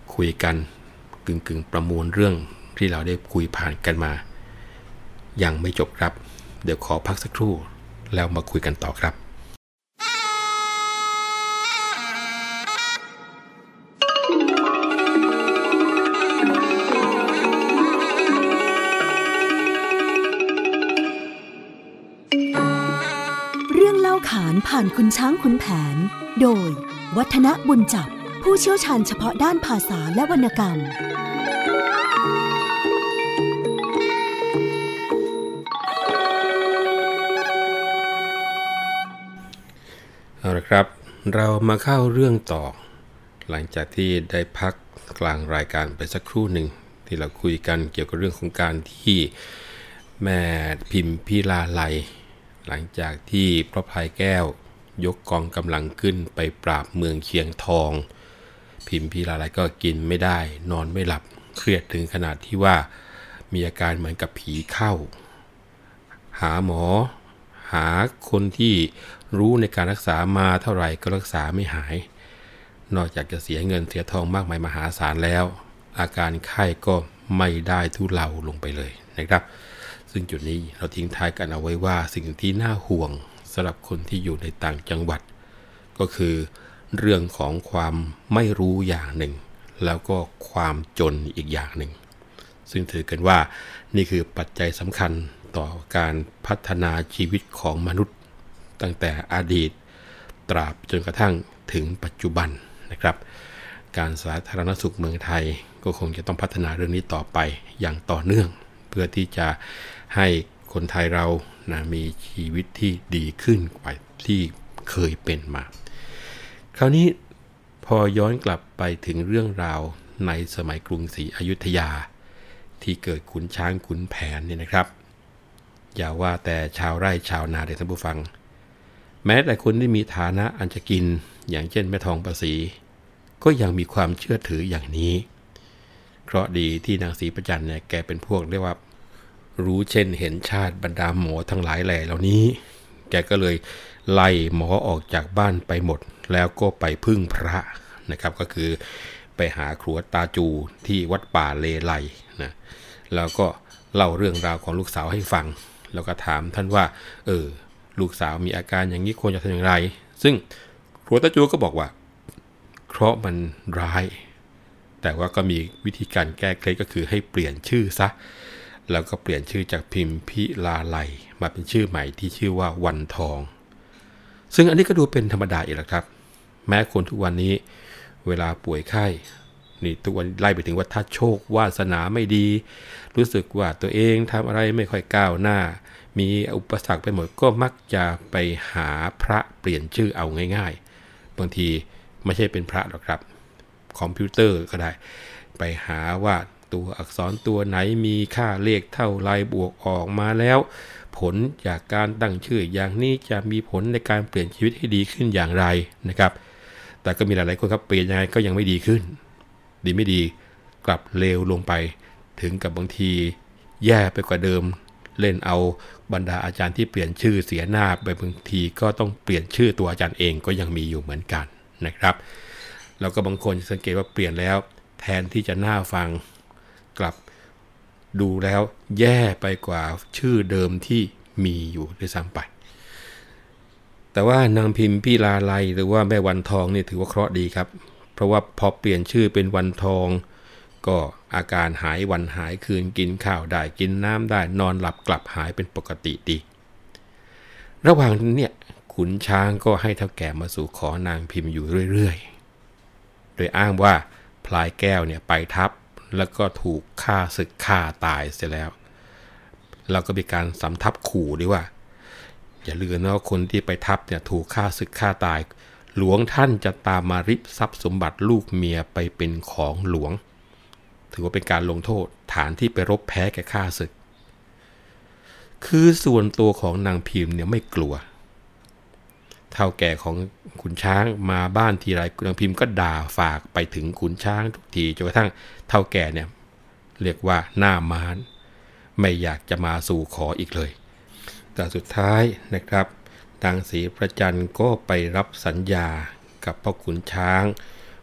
S2: คุยกันกึ่งประมวลเรื่องที่เราได้คุยผ่านกันมายังไม่จบครับเดี๋ยวขอพักสักครู่แล้วมาคุยกันต่อครับ
S1: เรื่องเล่าขานผ่านคุณช้างขุนแผนโดยวัฒนบุญจับผู้เชี่ยวชาญเฉพาะด้านภาษาและวรรณกรรม
S2: เอาละครับเรามาเข้าเรื่องต่อหลังจากที่ได้พักกลางรายการไปสักครู่หนึ่งที่เราคุยกันเกี่ยวกับเรื่องของการที่แม่พิมพิลาไลยหลังจากที่พระพลายแก้วยกกองกำลังขึ้นไปปราบเมืองเชียงทองพิมพิลาไลยก็กินไม่ได้นอนไม่หลับเครียดถึงขนาดที่ว่ามีอาการเหมือนกับผีเข้าหาหมอหาคนที่รู้ในการรักษามาเท่าไหร่ก็รักษาไม่หายนอกจากจะเสียเงินเสียทองมากมายมหาศาลแล้วอาการไข้ก็ไม่ได้ทุเลาลงไปเลยนะครับซึ่งจุดนี้เราทิ้งท้ายกันเอาไว้ว่าสิ่งที่น่าห่วงสำหรับคนที่อยู่ในต่างจังหวัดก็คือเรื่องของความไม่รู้อย่างหนึ่งแล้วก็ความจนอีกอย่างหนึ่งซึ่งถือกันว่านี่คือปัจจัยสำคัญต่อการพัฒนาชีวิตของมนุษย์ตั้งแต่อดีตตราบจนกระทั่งถึงปัจจุบันนะครับการสาธารณสุขเมืองไทยก็คงจะต้องพัฒนาเรื่องนี้ต่อไปอย่างต่อเนื่องเพื่อที่จะให้คนไทยเรามีชีวิตที่ดีขึ้นกว่าที่เคยเป็นมาคราวนี้พอย้อนกลับไปถึงเรื่องราวในสมัยกรุงศรีอยุธยาที่เกิดขุนช้างขุนแผนเนี่ยนะครับอย่าว่าแต่ชาวไร่ชาวนาเลยท่านผู้ฟังแม้แต่คนที่มีฐานะอันจะกินอย่างเช่นแม่ทองประศรีก็ยังมีความเชื่อถืออย่างนี้เพราะดีที่นางศรีประจันเนี่ยแกเป็นพวกเรียกว่ารู้เช่นเห็นชาติบรรดาหมอทั้งหลายแหล่เหล่านี้แกก็เลยไล่หมอออกจากบ้านไปหมดแล้วก็ไปพึ่งพระนะครับก็คือไปหาครัวตาจูที่วัดป่าเลไลนะแล้วก็เล่าเรื่องราวของลูกสาวให้ฟังแล้วก็ถามท่านว่าลูกสาวมีอาการอย่างนี้ควรจะทำอย่างไรซึ่งครัวตาจูก็บอกว่าเคราะห์มันร้ายแต่ว่าก็มีวิธีการแก้เคล็ดก็คือให้เปลี่ยนชื่อซะแล้วก็เปลี่ยนชื่อจากพิมพิลาไลยมาเป็นชื่อใหม่ที่ชื่อว่าวันทองซึ่งอันนี้ก็ดูเป็นธรรมดาอีกแล้วครับแม้คนทุกวันนี้เวลาป่วยไข้นี่ทุกวันไล่ไปถึงว่าถ้าโชควาสนาไม่ดีรู้สึกว่าตัวเองทำอะไรไม่ค่อยก้าวหน้ามีอุปสรรคไปหมดก็มักจะไปหาพระเปลี่ยนชื่อเอาง่ายๆบางทีไม่ใช่เป็นพระหรอกครับคอมพิวเตอร์ก็ได้ไปหาว่าตัวอักษรตัวไหนมีค่าเลขเท่าไรบวกออกมาแล้วผลจากการตั้งชื่ออย่างนี้จะมีผลในการเปลี่ยนชีวิตให้ดีขึ้นอย่างไรนะครับแต่ก็มีหลายๆคนครับเปลี่ยนยังไงก็ยังไม่ดีขึ้นดีไม่ดีกลับเลวลงไปถึงกับบางทีแย่ไปกว่าเดิมเล่นเอาบรรดาอาจารย์ที่เปลี่ยนชื่อเสียหน้าไปบางทีก็ต้องเปลี่ยนชื่อตัวอาจารย์เองก็ยังมีอยู่เหมือนกันนะครับแล้วก็บางคนสังเกตว่าเปลี่ยนแล้วแทนที่จะน่าฟังกลับดูแล้วแย่ไปกว่าชื่อเดิมที่มีอยู่ด้วยซ้ำไปแต่ว่านางพิมพิลาไลยหรือว่าแม่วันทองนี่ถือว่าเคราะห์ดีครับเพราะว่าพอเปลี่ยนชื่อเป็นวันทองก็อาการหายวันหายคืนกินข้าวได้กินน้ำได้นอนหลับกลับหายเป็นปกติดีระหว่างเนี่ยขุนช้างก็ให้เฒ่าแก่มาสู่ขอนางพิมพ์อยู่เรื่อยๆโดยอ้างว่าพลายแก้วเนี่ยไปทับแล้วก็ถูกฆ่าศึกฆ่าตายเสียแล้วเราก็มีการสำทับขู่ด้วยว่าอย่าลืมนะว่าคนที่ไปทับเนี่ยถูกฆ่าศึกฆ่าตายหลวงท่านจะตามมาริบทรัพย์สมบัติลูกเมียไปเป็นของหลวงถือว่าเป็นการลงโทษฐานที่ไปรบแพ้แก่ฆ่าศึกคือส่วนตัวของนางพิมพ์เนี่ยไม่กลัวเฒ่าแก่ของขุนช้างมาบ้านทีไรนางพิมพ์ก็ด่าฝากไปถึงขุนช้างทุกทีจนกระทั่งเฒ่าแก่เนี่ยเรียกว่าหน้าม้านไม่อยากจะมาสู่ขออีกเลยแต่สุดท้ายนะครับนางศรีประจันก็ไปรับสัญญากับพ่อขุนช้าง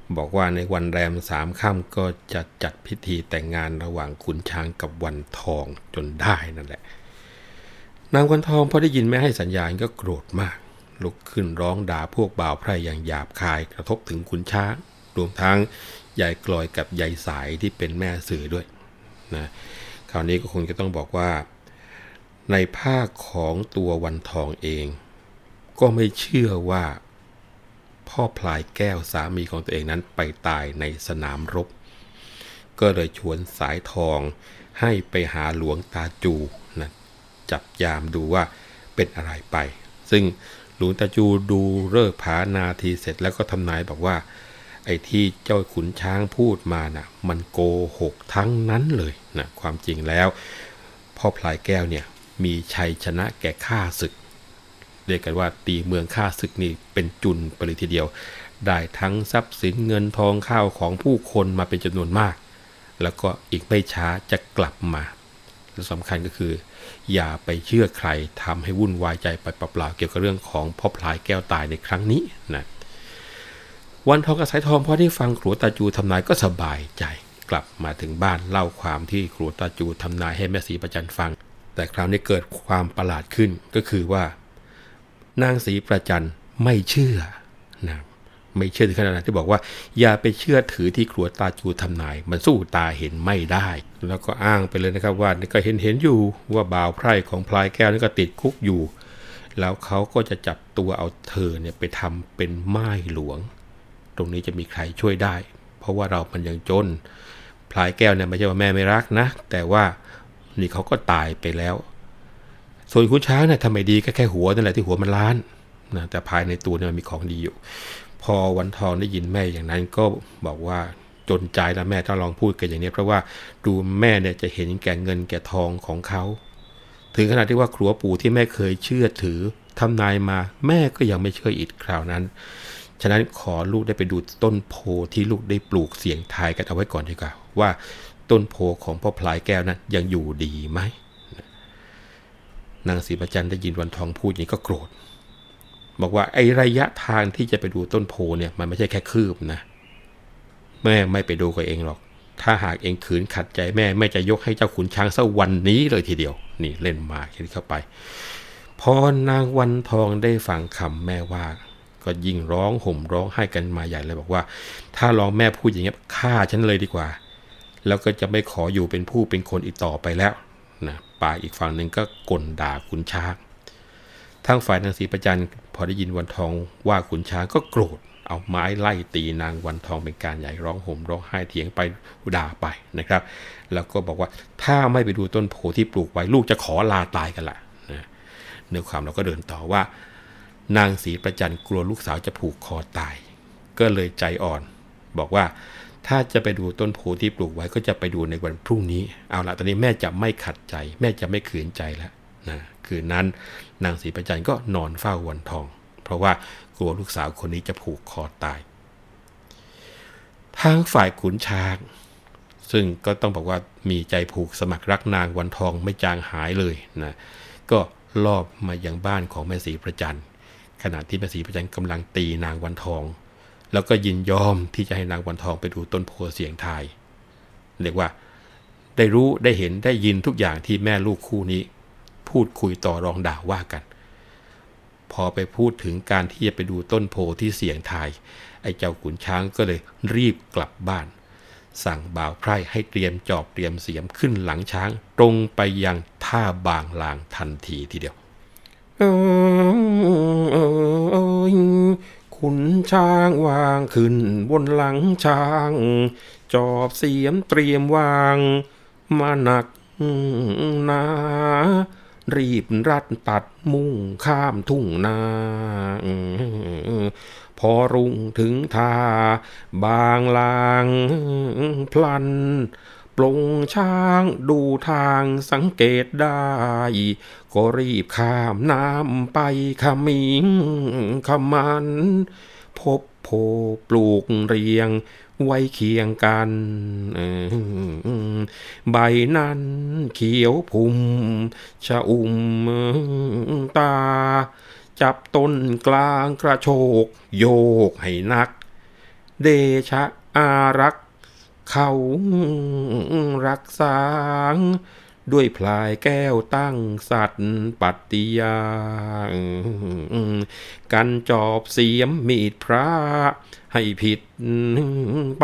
S2: บอกว่าในวันแรม3 ค่ำก็จะจัดพิธีแต่งงานระหว่างขุนช้างกับวันทองจนได้นั่นแหละนางวันทองพอได้ยินไม่ให้สัญญาณก็โกรธมากลุกขึ้นร้องด่าพวกบ่าวไพร่อย่างหยาบคายกระทบถึงขุนช้างรวมทั้งยายกลอยกับยายสายที่เป็นแม่สื่อด้วยนะคราวนี้ก็คงจะต้องบอกว่าในภาคของตัววันทองเองก็ไม่เชื่อว่าพ่อพลายแก้วสามีของตัวเองนั้นไปตายในสนามรบก็เลยชวนสายทองให้ไปหาหลวงตาจูนะจับยามดูว่าเป็นอะไรไปซึ่งหลวงตาจูดูฤกษ์ผานาทีเสร็จแล้วก็ทำนายบอกว่าไอ้ที่เจ้าขุนช้างพูดมานะมันโกหกทั้งนั้นเลยนะความจริงแล้วพ่อพลายแก้วเนี่ยมีชัยชนะแก่ข้าศึกเรียกกันว่าตีเมืองข้าศึกนี่เป็นจุนไปเลยทีเดียวได้ทั้งทรัพย์สินเงินทองข้าวของผู้คนมาเป็นจำนวนมากแล้วก็อีกไม่ช้าจะกลับมาและสำคัญก็คืออย่าไปเชื่อใครทำให้วุ่นวายใจไปเปล่าๆเกี่ยวกับเรื่องของพ่อพลายแก้วตายในครั้งนี้นะวันทองกับสายทองพอได้ฟังครูตาจูทำนายก็สบายใจกลับมาถึงบ้านเล่าความที่ครูตาจูทำนายให้แม่ศรีประจันฟังแต่คราวนี้เกิดความประหลาดขึ้นก็คือว่านางศรีประจันไม่เชื่อนะไม่เชื่อถึงขนาดนั้นที่บอกว่าอย่าไปเชื่อถือที่ครูตาจูทำนายมันสู้ตาเห็นไม่ได้แล้วก็อ้างไปเลยนะครับว่านี่ก็เห็นอยู่ว่าบ่าวไพร่ของพลายแก้วนี่ก็ติดคุกอยู่แล้วเขาก็จะจับตัวเอาเธอเนี่ยไปทำเป็นม่ายหลวงตรงนี้จะมีใครช่วยได้เพราะว่าเรามันยังจนพลายแก้วเนี่ยไม่ใช่ว่าแม่ไม่รักนะแต่ว่านี่เขาก็ตายไปแล้วส่วนขุนช้างเนี่ยทำไมดีก็แค่หัวนั่นแหละที่หัวมันล้านนะแต่ภายในตัวเนี่ยมันมีของดีอยู่พอวันทองได้ยินแม่อย่างนั้นก็บอกว่าจนใจแล้วแม่ถ้าลองพูดกันอย่างนี้เพราะว่าดูแม่เนี่ยจะเห็นแก่เงินแก่ทองของเขาถึงขนาดที่ว่าครัวปู่ที่แม่เคยเชื่อถือทำนายมาแม่ก็ยังไม่เชื่ออีกคราวนั้นฉะนั้นขอลูกได้ไปดูต้นโพที่ลูกได้ปลูกเสียงทายกันเอาไว้ก่อนดีกว่าว่าต้นโพของพ่อพลายแก้วนั้นยังอยู่ดีไหมนางศรีประจันได้ยินวันทองพูดอย่างนี้ก็โกรธบอกว่าไอ้ระยะทางที่จะไปดูต้นโพเนี่ยมันไม่ใช่แค่คืบนะแม่ไม่ไปดูกับเองหรอกถ้าหากเองขืนขัดใจแม่จะยกให้เจ้าขุนช้างซะวันนี้เลยทีเดียวนี่เล่นมาคิดเข้าไปพอนางวันทองได้ฟังคำแม่ว่าก็ยิ่งร้องห่มร้องไห้กันมาใหญ่เลยบอกว่าถ้าลองแม่พูดอย่างนี้ฆ่าฉันเลยดีกว่าแล้วก็จะไม่ขออยู่เป็นผู้เป็นคนอีกต่อไปแล้วนะป่าอีกฝั่งหนึ่งก็ก่นด่าขุนช้างทางฝ่ายนางศรีประจันพอได้ยินวันทองว่าขุนช้างก็โกรธเอาไม้ไล่ตีนางวันทองเป็นการใหญ่ร้องห่มร้องไห้เถียงไปด่าไปนะครับแล้วก็บอกว่าถ้าไม่ไปดูต้นโพที่ปลูกไว้ลูกจะขอลาตายกันละนะเนื้อความเราก็เดินต่อว่านางศรีประจันกลัวลูกสาวจะผูกคอตายก็เลยใจอ่อนบอกว่าถ้าจะไปดูต้นโพที่ปลูกไว้ก็จะไปดูในวันพรุ่งนี้เอาละตอนนี้แม่จะไม่ขัดใจแม่จะไม่ขืนใจแล้วนะคืนนั้นนางศรีประจันก็นอนเฝ้าวันทองเพราะว่ากลัวลูกสาวคนนี้จะผูกคอตายทางฝ่ายขุนช้างซึ่งก็ต้องบอกว่ามีใจผูกสมัครรักนางวันทองไม่จางหายเลยนะก็ลอบมายังบ้านของแม่ศรีประจันขณะที่แม่ศรีประจันกำลังตีนางวันทองแล้วก็ยินยอมที่จะให้นางวันทองไปดูต้นโพเสียงทายเรียกว่าได้รู้ได้เห็นได้ยินทุกอย่างที่แม่ลูกคู่นี้พูดคุยต่อรองด่าว่ากันพอไปพูดถึงการที่จะไปดูต้นโพที่เสียงทายไอ้เจ้าขุนช้างก็เลยรีบกลับบ้านสั่งบ่าวไพร่ให้เตรียมจอบเตรียมเสียมขึ้นหลังช้างตรงไปยังท่าบางลางทันทีทีเดียวขุนช้างวางขึ้นบนหลังช้างจอบเสียมเตรียมวางมาหนักหนารีบรัดตัดมุ่งข้ามทุ่งนาพอรุ่งถึงท่าบางลางพลันปลงช้างดูทางสังเกตได้ก็รีบข้ามน้ำไปขมิงขมันพบโพปลูกเรียงไว้เคียงกันใบนั้นเขียวพุ่มชะอุ่มตาจับต้นกลางกระโชกโยกให้นักเดชะอารักษ์เขารักษาด้วยพลายแก้วตั้งสัตย์ปัตติยากันจอบเสียมมีดพระให้ผิดไป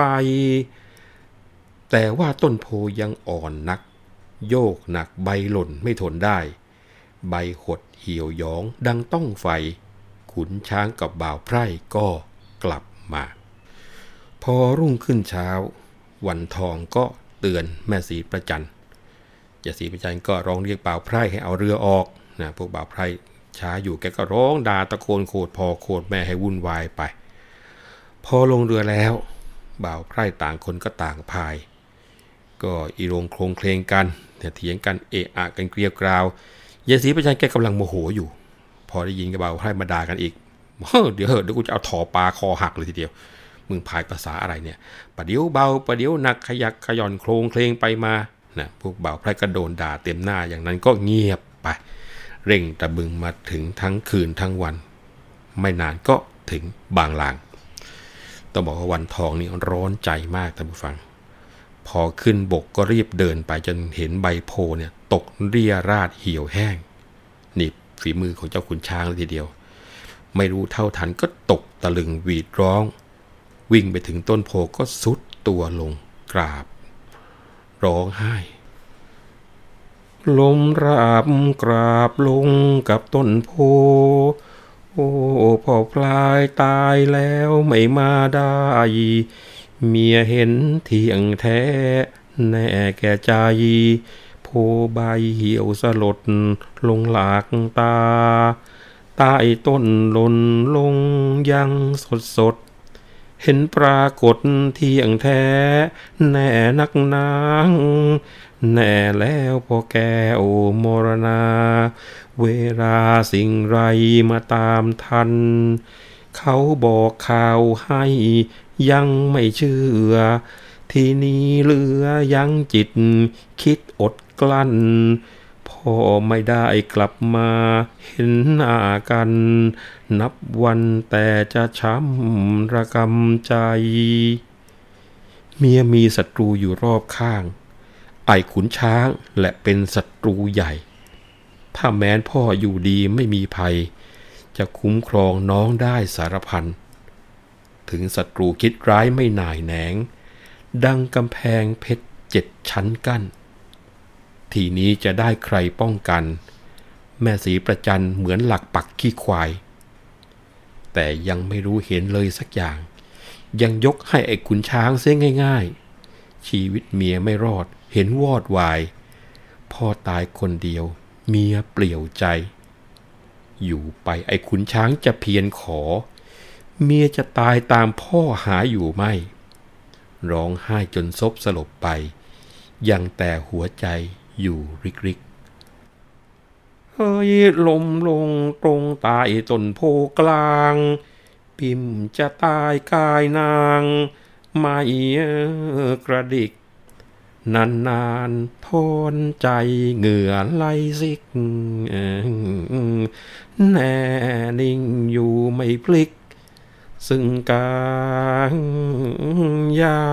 S2: แต่ว่าต้นโพยังอ่อนนักโยกหนักใบหล่นไม่ทนได้ใบหดเหี่ยวหยองดังต้องไฟขุนช้างกับบ่าวไพร่ก็กลับมาพอรุ่งขึ้นเช้าวันทองก็เตือนแม่ศรีประจันยายศรีประจันก็ร้องเรียกบ่าวไพร่ให้เอาเรือออกนะพวกบ่าวไพร่ช้าอยู่แกก็ร้องด่าตะโกนโคตรพ่อโคตรแม่ให้วุ่นวายไปพอลงเรือแล้วบ่าวไพร่ต่างคนก็ต่างพายก็อีโรงโครงเคลงกันเถียงกันเอะอะกันเกลียวกราวยายศรีประจันแกกำลังโมโหอยู่พอได้ยินกับบ่าวไพร่มาด่ากันอีกเดี๋ยวกูจะเอาถอปลาคอหักเลยทีเดียวมึงพายภาษาอะไรเนี่ยประเดี๋ยวเบาประเดี๋ยวหนักขยักขย่อนโครงเคลงไปมานะพวกบ่าวไพร่ก็โดนด่าเต็มหน้าอย่างนั้นก็เงียบไปเร่งตะบึงมาถึงทั้งคืนทั้งวันไม่นานก็ถึงบางลางต้องบอกว่าวันทองนี่ร้อนใจมากท่านผู้ฟังพอขึ้นบกก็รีบเดินไปจนเห็นใบโพเนี่ยตกเรี่ยราดเหี่ยวแห้งนี่ฝีมือของเจ้าขุนช้างเลยทีเดียวไม่รู้เท่าทันก็ตกตะลึงหวีดร้องวิ่งไปถึงต้นโพก็ซุดตัวลงกราบร้องไห้ล้มราบกราบลงกับต้นโพโอ้พ่อพลายตายแล้วไม่มาได้เมียเห็นเที่ยงแท้แน่แก่ใจโพใบเหี่ยวสลดลงหลากตาใต้ต้นหล่นลงยังสดเห็นปรากฏเที่ยงแท้แน่นักนางแน่แล้วพอแก้วมรณาเวลาสิ่งไรมาตามทันเขาบอกข่าวให้ยังไม่เชื่อทีนี้เหลือยังจิตคิดอดกลั้นพอไม่ได้กลับมาเห็นหน้ากันนับวันแต่จะช้ำระกำใจเมียมีศัตรูอยู่รอบข้างไอ้ขุนช้างและเป็นศัตรูใหญ่ถ้าแม้นพ่ออยู่ดีไม่มีภัยจะคุ้มครองน้องได้สารพันถึงศัตรูคิดร้ายไม่หน่ายแหนงดังกำแพงเพชร7 ชั้นกั้นทีนี้จะได้ใครป้องกันแม่ศรีประจันเหมือนหลักปักขี้ควายแต่ยังไม่รู้เห็นเลยสักอย่างยังยกให้ไอ้ขุนช้างเสียง่ายๆชีวิตเมียไม่รอดเห็นวอดวายพ่อตายคนเดียวเมียเปลี่ยวใจอยู่ไปไอ้ขุนช้างจะเพียรขอเมียจะตายตามพ่อหาอยู่ไม่ร้องไห้จนซบสลบไปยังแต่หัวใจอยู่ริกๆเฮ้ยลมลงตรงใต้ต้นโพกลางพิมจะตายกายนางไม่กระดิกนานๆทนใจเหงื่อไหลซิกแน่นิ่งอยู่ไม่พลิกซึ่งกางยา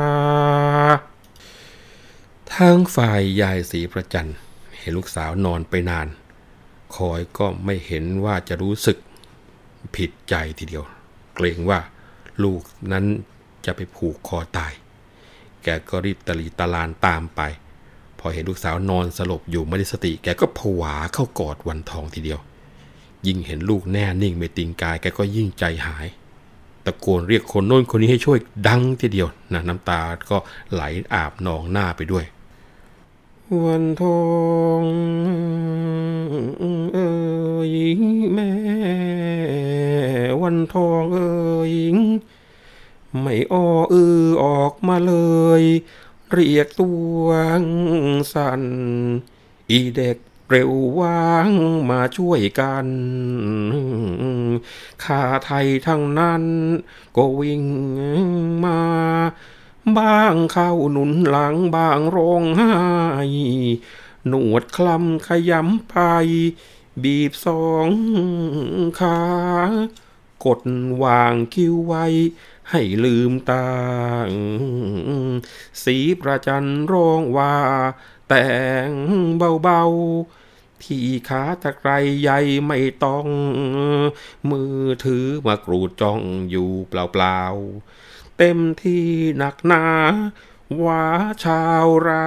S2: ทางฝ่ายยายศรีประจันเห็นลูกสาวนอนไปนานคอยก็ไม่เห็นว่าจะรู้สึกผิดใจทีเดียวเกรงว่าลูกนั้นจะไปผูกคอตายแกก็รีบตะลีตะลานตามไปพอเห็นลูกสาวนอนสลบอยู่ไม่ได้สติแกก็ผวาเข้ากอดวันทองทีเดียวยิ่งเห็นลูกแน่นิ่งไม่ติงกายแกก็ยิ่งใจหายตะโกนเรียกคนโน้นคนนี้ให้ช่วยดังทีเดียวนะน้ำตาก็ไหลอาบนองหน้าไปด้วยวันทองเอ๋ยแม่วันทองเอ๋ยไม่อ้อออกมาเลยเรียกตัวสั่นอีเด็กเร็วว่างมาช่วยกันข้าไทยทั้งนั้นก็วิ่งมาบ้างเข้าหนุนหลังบ้างร้องไห้หนวดคลำขยำไปบีบสองขากดวางคิ้วไว้ให้ลืมตาศรีประจันร้องว่าแต่งเบาๆที่ขาตะไคร้ใหญ่ไม่ต้องมือถือมากรูดจ้องอยู่เปล่าๆเต็มที่หนักหนาว่าชาวเรา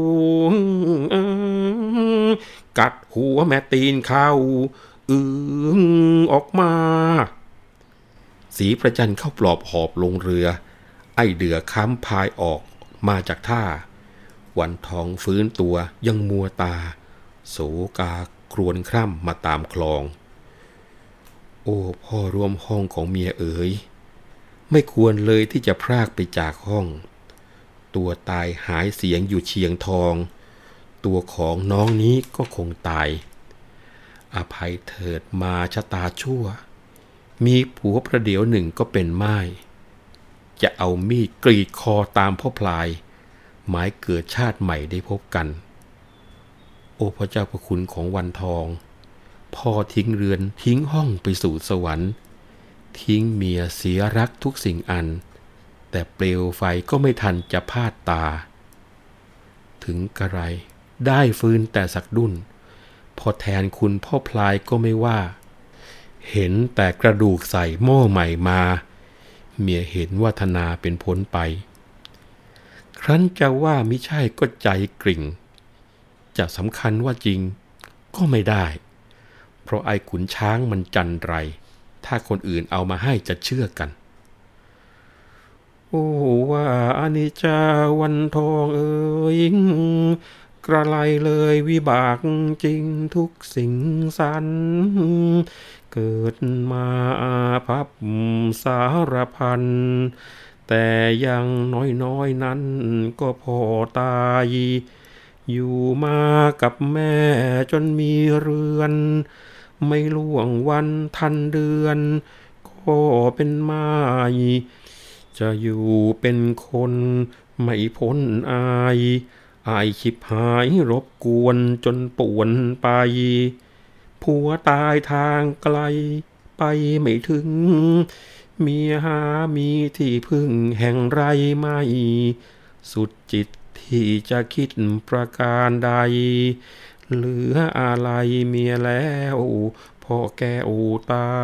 S2: กัดหัวแม่ตีนเข้าออกมาศรีประจันเข้าปลอบหอบลงเรือไอ้เดือค้ำพายออกมาจากท่าวันทองฟื้นตัวยังมัวตาโศกากรวนคร่ำมาตามคลองโอ้พ่อร่วมห้องของเมียเอ๋ยไม่ควรเลยที่จะพรากไปจากห้องตัวตายหายเสียงอยู่เชียงทองตัวของน้องนี้ก็คงตายอภัยเถิดมาชะตาชั่วมีผัวประเดี๋ยวหนึ่งก็เป็นม่ายจะเอามีดกรีดคอตามพ่อพลายหมายเกิดชาติใหม่ได้พบกันโอ้พระเจ้าพระคุณของวันทองพ่อทิ้งเรือนทิ้งห้องไปสู่สวรรค์ทิ้งเมียเสียรักทุกสิ่งอันแต่เปลวไฟก็ไม่ทันจะพาดตาถึงกระไรได้ฟื้นแต่สักดุ้นพอแทนคุณพ่อพลายก็ไม่ว่าเห็นแต่กระดูกใส่หม้อใหม่มาเมียเห็นว่าธนาเป็นพ้นไปครั้นจะว่ามิใช่ก็ใจกริ่งจะสำคัญว่าจริงก็ไม่ได้เพราะไอ้ขุนช้างมันจันไรถ้าคนอื่นเอามาให้จะเชื่อกันโอ้ว่าอนิจจาวันทองเอ๋ยกระไรเลยวิบากจริงทุกสิ่งสรรเกิดมาอาภัพสารพันแต่ยังน้อยนั้นก็พอตายอยู่มากับแม่จนมีเรือนไม่ล่วงวันทันเดือนก็เป็นม่ายจะอยู่เป็นคนไม่พ้นอายชิบหายรบกวนจนป่วนไปผัวตายทางไกลไปไม่ถึงเมียหามีที่พึ่งแห่งไรไม่สุดจิตที่จะคิดประการใดเหลืออะไรเมียแล้วพ่อแก้วตา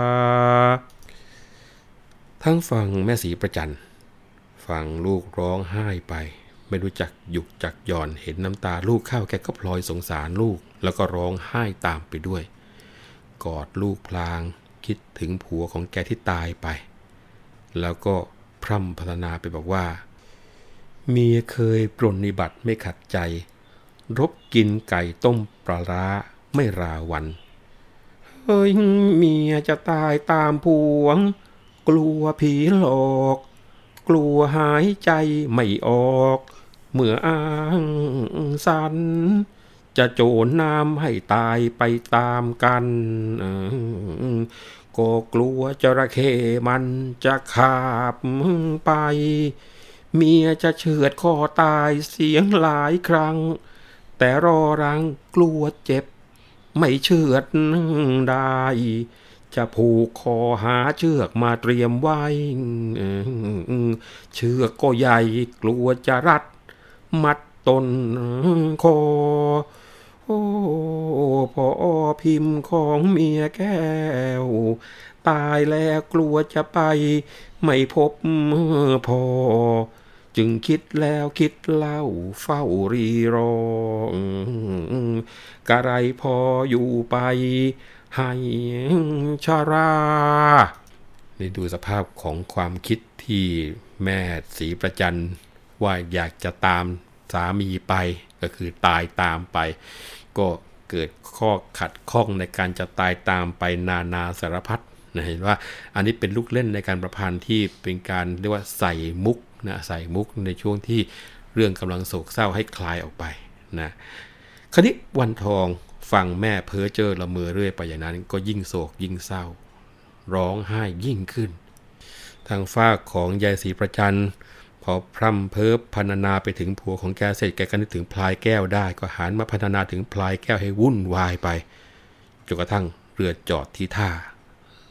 S2: ทั้งฝั่งแม่ศรีประจันฟังลูกร้องไห้ไปไม่รู้จักหยุกจักหย่อนเห็นน้ำตาลูกเข้าแกก็พลอยสงสารลูกแล้วก็ร้องไห้ตามไปด้วยกอดลูกพลางคิดถึงผัวของแกที่ตายไปแล้วก็พร่ำพรรณนาไปบอกว่าเมียเคยปรนนิบัติไม่ขัดใจรบกินไก่ต้มปลาร้าไม่ราวันเฮ้ยเมียจะตายตามผัวกลัวผีหลอกกลัวหายใจไม่ออกเมื่ออ้างสันจะโจรน้ำให้ตายไปตามกันก็กลัวจระเข้มันจะคาบไปเมียจะเฉือดคอตายเสียงหลายครั้งแต่รอรังกลัวเจ็บไม่เฉือดได้จะผูกคอหาเชือกมาเตรียมไว้เชือกก็ใหญ่กลัวจะรัดมัดต้นคอโอ้พอพิมพ์ของเมียแก้วตายแล้วกลัวจะไปไม่พบพอจึงคิดแล้วคิดเล่าเฝ้ารีรอกะไรพออยู่ไปให้ชรานี่ดูสภาพของความคิดที่แม่ศรีประจันว่าอยากจะตามสามีไปก็คือตายตามไปก็เกิดข้อขัดข้องในการจะตายตามไปนาสารพัดนะเห็นว่าอันนี้เป็นลูกเล่นในการประพันธ์ที่เป็นการเรียกว่าใส่มุกนะใส่มุกในช่วงที่เรื่องกำลังโศกเศร้าให้คลายออกไปนะคราวนี้วันทองฟังแม่เพ้อเจ้อละเมอเรื่อยไปอย่างนั้นก็ยิ่งโศกยิ่งเศร้าร้องไห้ยิ่งขึ้นทางฝ้าของยายศรีประจันพอพร่ำเพ้อพรรณนาไปถึงผัวของแกเสร็จแกก็นึกถึงพลายแก้วได้ก็หันมาพรรณนาถึงพลายแก้วให้วุ่นวายไปจนกระทั่งเรือจอดที่ท่า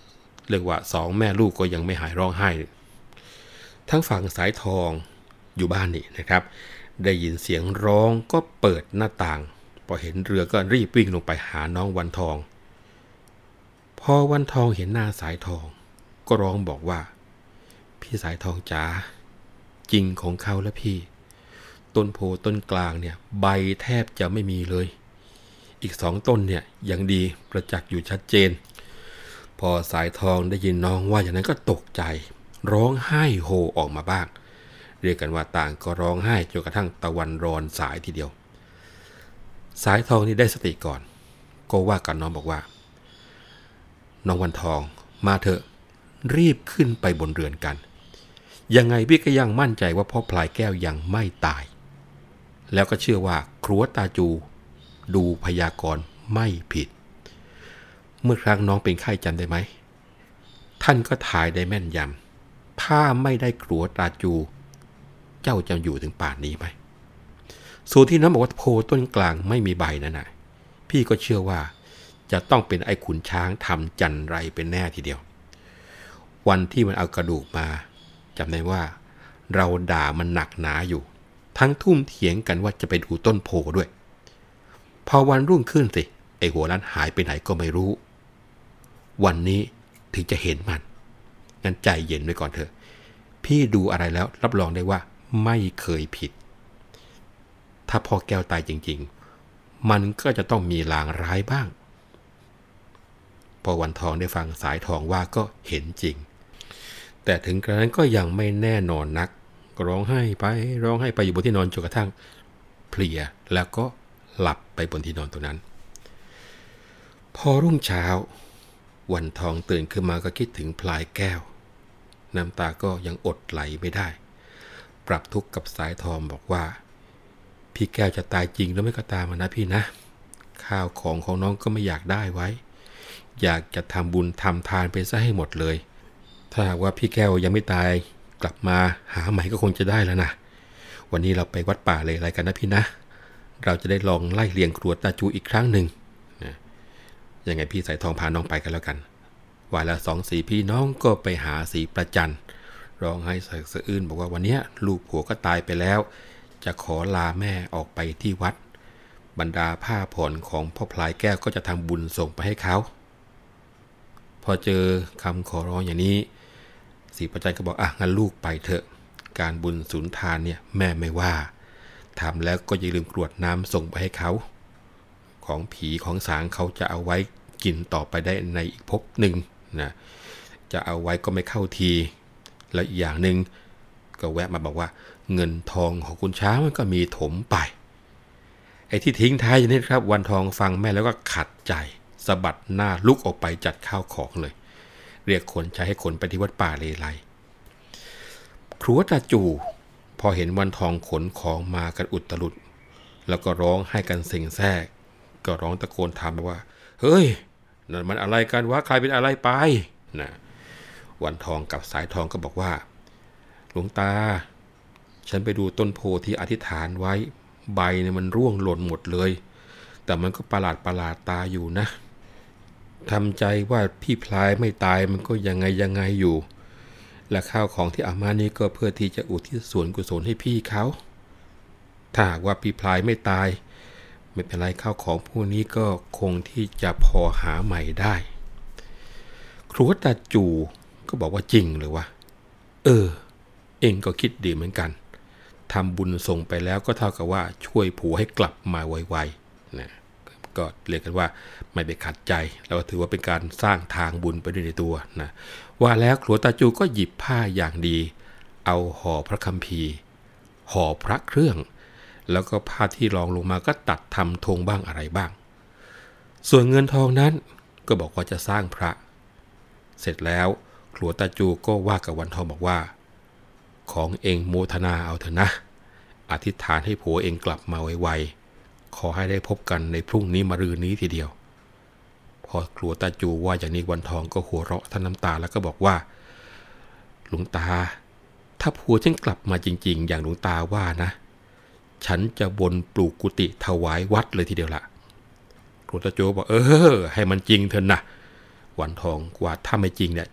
S2: เรียกว่า2 แม่ลูกก็ยังไม่หายร้องไห้ทั้งฝั่งสายทองอยู่บ้านนี่นะครับได้ยินเสียงร้องก็เปิดหน้าต่างพอเห็นเรือก็รีบวิ่งลงไปหาน้องวันทองพอวันทองเห็นหน้าสายทองก็ร้องบอกว่าพี่สายทองจ๋าจริงของเขาและพี่ต้นโพต้นกลางเนี่ยใบแทบจะไม่มีเลยอีก2 ต้นเนี่ยยังดีประจักษ์อยู่ชัดเจนพอสายทองได้ยินน้องว่าอย่างนั้นก็ตกใจร้องไห้โฮออกมาบ้างเรียกกันว่าต่างก็ร้องไห้จนกระทั่งตะวันรอนสายทีเดียวสายทองนี่ได้สติก่อนก็ว่ากับน้องบอกว่าน้องวันทองมาเถอะรีบขึ้นไปบนเรือนกันยังไงพี่ก็ยังมั่นใจว่าพ่อพลายแก้วยังไม่ตายแล้วก็เชื่อว่าครัวตาจูดูพยากรณ์ไม่ผิดเมื่อครั้งน้องเป็นไข้จำได้ไหมท่านก็ถ่ายได้แม่นยำถ้าไม่ได้ครัวตาจูเจ้าจะอยู่ถึงป่านนี้ไหมส่วนที่น้องบอกว่าโพต้นกลางไม่มีใบนั่นน่ะพี่ก็เชื่อว่าจะต้องเป็นไอ้ขุนช้างทำจันไรเป็นแน่ทีเดียววันที่มันเอากระดูกมาจำได้ว่าเราด่ามันหนักหนาอยู่ทั้งทุ่มเถียงกันว่าจะไปดูต้นโพด้วยพอวันรุ่งขึ้นสิไอ้หัวล้านหายไปไหนก็ไม่รู้วันนี้ถึงจะเห็นมันงั้นใจเย็นไว้ก่อนเถอะพี่ดูอะไรแล้วรับรองได้ว่าไม่เคยผิดถ้าพ่อแก้วตายจริงๆมันก็จะต้องมีลางร้ายบ้างพอวันทองได้ฟังสายทองว่าก็เห็นจริงแต่ถึงกระนั้นก็ยังไม่แน่นอนนักร้องไห้ไปอยู่บนที่นอนจนกระทั่งเพลียแล้วก็หลับไปบนที่นอนตรงนั้นพอรุ่งเช้าวันทองตื่นขึ้นมาก็คิดถึงพลายแก้วน้ำตาก็ยังอดไหลไม่ได้ปรับทุกข์กับสายทองบอกว่าพี่แก้วจะตายจริงแล้วไม่ก็ตามนะพี่นะข้าวของน้องก็ไม่อยากได้ไว้อยากจะทำบุญทำทานไปซะให้หมดเลยถ้าว่าพี่แก้วยังไม่ตายกลับมาหาใหม่ก็คงจะได้แล้วนะวันนี้เราไปวัดป่าเลยอะไรกันนะพี่นะเราจะได้ลองไล่เลียงครัวตาจูอีกครั้งหนึ่งนะยังไงพี่สายทองพาน้องไปกันแล้วกันวันละ2-4พี่น้องก็ไปหาสีประจันร้องไห้สะอื้นบอกว่าวันนี้ลูกผัวก็ตายไปแล้วจะขอลาแม่ออกไปที่วัดบรรดาผ้าผ่อนของพ่อพลายแก้วก็จะทำบุญส่งไปให้เขาพอเจอคำขอร้องอย่างนี้สีประจันก็บอกงั้นลูกไปเถอะการบุญสุนทานเนี่ยแม่ไม่ว่าทำแล้วก็อย่าลืมกรวดน้ำส่งไปให้เขาของผีของสางเขาจะเอาไว้กินต่อไปได้ในอีกภพหนึ่งนะจะเอาไว้ก็ไม่เข้าทีแล้วอีกอย่างหนึ่งก็แวะมาบอกว่าเงินทองของคุณช้างมันก็มีถมไปไอ้ที่ทิ้งท้ายอย่างนี้ครับวันทองฟังแม่แล้วก็ขัดใจสะบัดหน้าลุกออกไปจัดข้าวของเลยเรียกคนใช้ให้ขนไปที่วัดป่าเลไลครัวตาจูพอเห็นวันทองขนของมากันอุตลุดแล้วก็ร้องให้กันเซ็งแซ่ก็ร้องตะโกนถามไปว่าเฮ้ยนั่นมันอะไรกันวะใครเป็นอะไรไปนะวันทองกับสายทองก็บอกว่าหลวงตาฉันไปดูต้นโพที่อธิษฐานไว้ใบเนี่ยมันร่วงหล่นหมดเลยแต่มันก็ประหลาดตาอยู่นะทำใจว่าพี่พลายไม่ตายมันก็ยังไงอยู่และข้าวของที่เอามานี่ก็เพื่อที่จะอุทิศส่วนกุศลให้พี่เขาถ้าหากว่าพี่พลายไม่ตายไม่เป็นไรข้าวของพวกนี้ก็คงที่จะพอหาใหม่ได้ครัวตาจูก็บอกว่าจริงเลยวะเองก็คิดดีเหมือนกันทำบุญส่งไปแล้วก็เท่ากับว่าช่วยผัวให้กลับมาไวๆนะก็เรียกกันว่าไม่ไปขัดใจแล้วถือว่าเป็นการสร้างทางบุญไปด้วยในตัวนะว่าแล้วครัวตาจูก็หยิบผ้าอย่างดีเอาห่อพระคัมภีร์ห่อพระเครื่องแล้วก็ผ้าที่รองลงมาก็ตัดทำธงบ้างอะไรบ้างส่วนเงินทองนั้นก็บอกว่าจะสร้างพระเสร็จแล้วครัวตาจูก็ว่ากับวันทองบอกว่าของเองโมทนาเอาเถอะนะอธิษฐานให้ผัวเองกลับมาไวๆขอให้ได้พบกันในพรุ่งนี้มะรืนนี้ทีเดียวพอครัวตาจูว่าอย่างนี้วันทองก็หัวเราะทั้งน้ำตาแล้วก็บอกว่าหลวงตาถ้าผัวฉันกลับมาจริงๆอย่างหลวงตาว่านะฉันจะบนปลูกกุฏิถวายวัดเลยทีเดียวละครัวตาจูบอกให้มันจริงเถอะนะวันทองว่าถ้าไม่จริงเนี่ย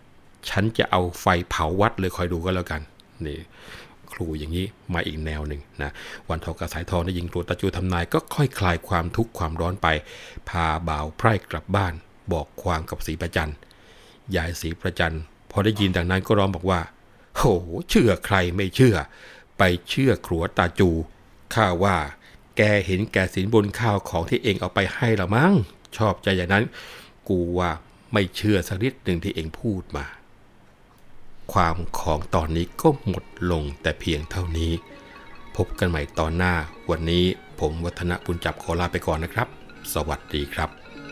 S2: ฉันจะเอาไฟเผาวัดเลยคอยดูก็แล้วกันนี่ครูอย่างนี้มาอีกแนวหนึ่งนะวันทองกับสายทองได้ยิงครูตาจูทำนายก็ค่อยคลายความทุกข์ความร้อนไปพาบ่าวไพร่กลับบ้านบอกความกับศรีประจันยายศรีประจันพอได้ยินดังนั้นก็ร้องบอกว่าโหเชื่อใครไม่เชื่อไปเชื่อครัวตาจูข้าว่าแกเห็นแกสินบนข้าวของที่เองเอาไปให้ละมั้งชอบใจอย่างนั้นกูว่าไม่เชื่อสักนิดหนึ่งที่เองพูดมาความของตอนนี้ก็หมดลงแต่เพียงเท่านี้พบกันใหม่ตอนหน้าวันนี้ผมวัฒนบุญจับขอลาไปก่อนนะครับสวัสดีครับ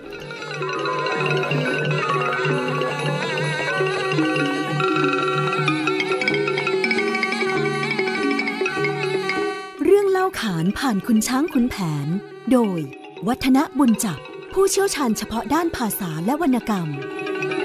S1: เรื่องเล่าขานผ่านคุณช้างคุณแผนโดยวัฒนบุญจับผู้เชี่ยวชาญเฉพาะด้านภาษาและวรรณกรรม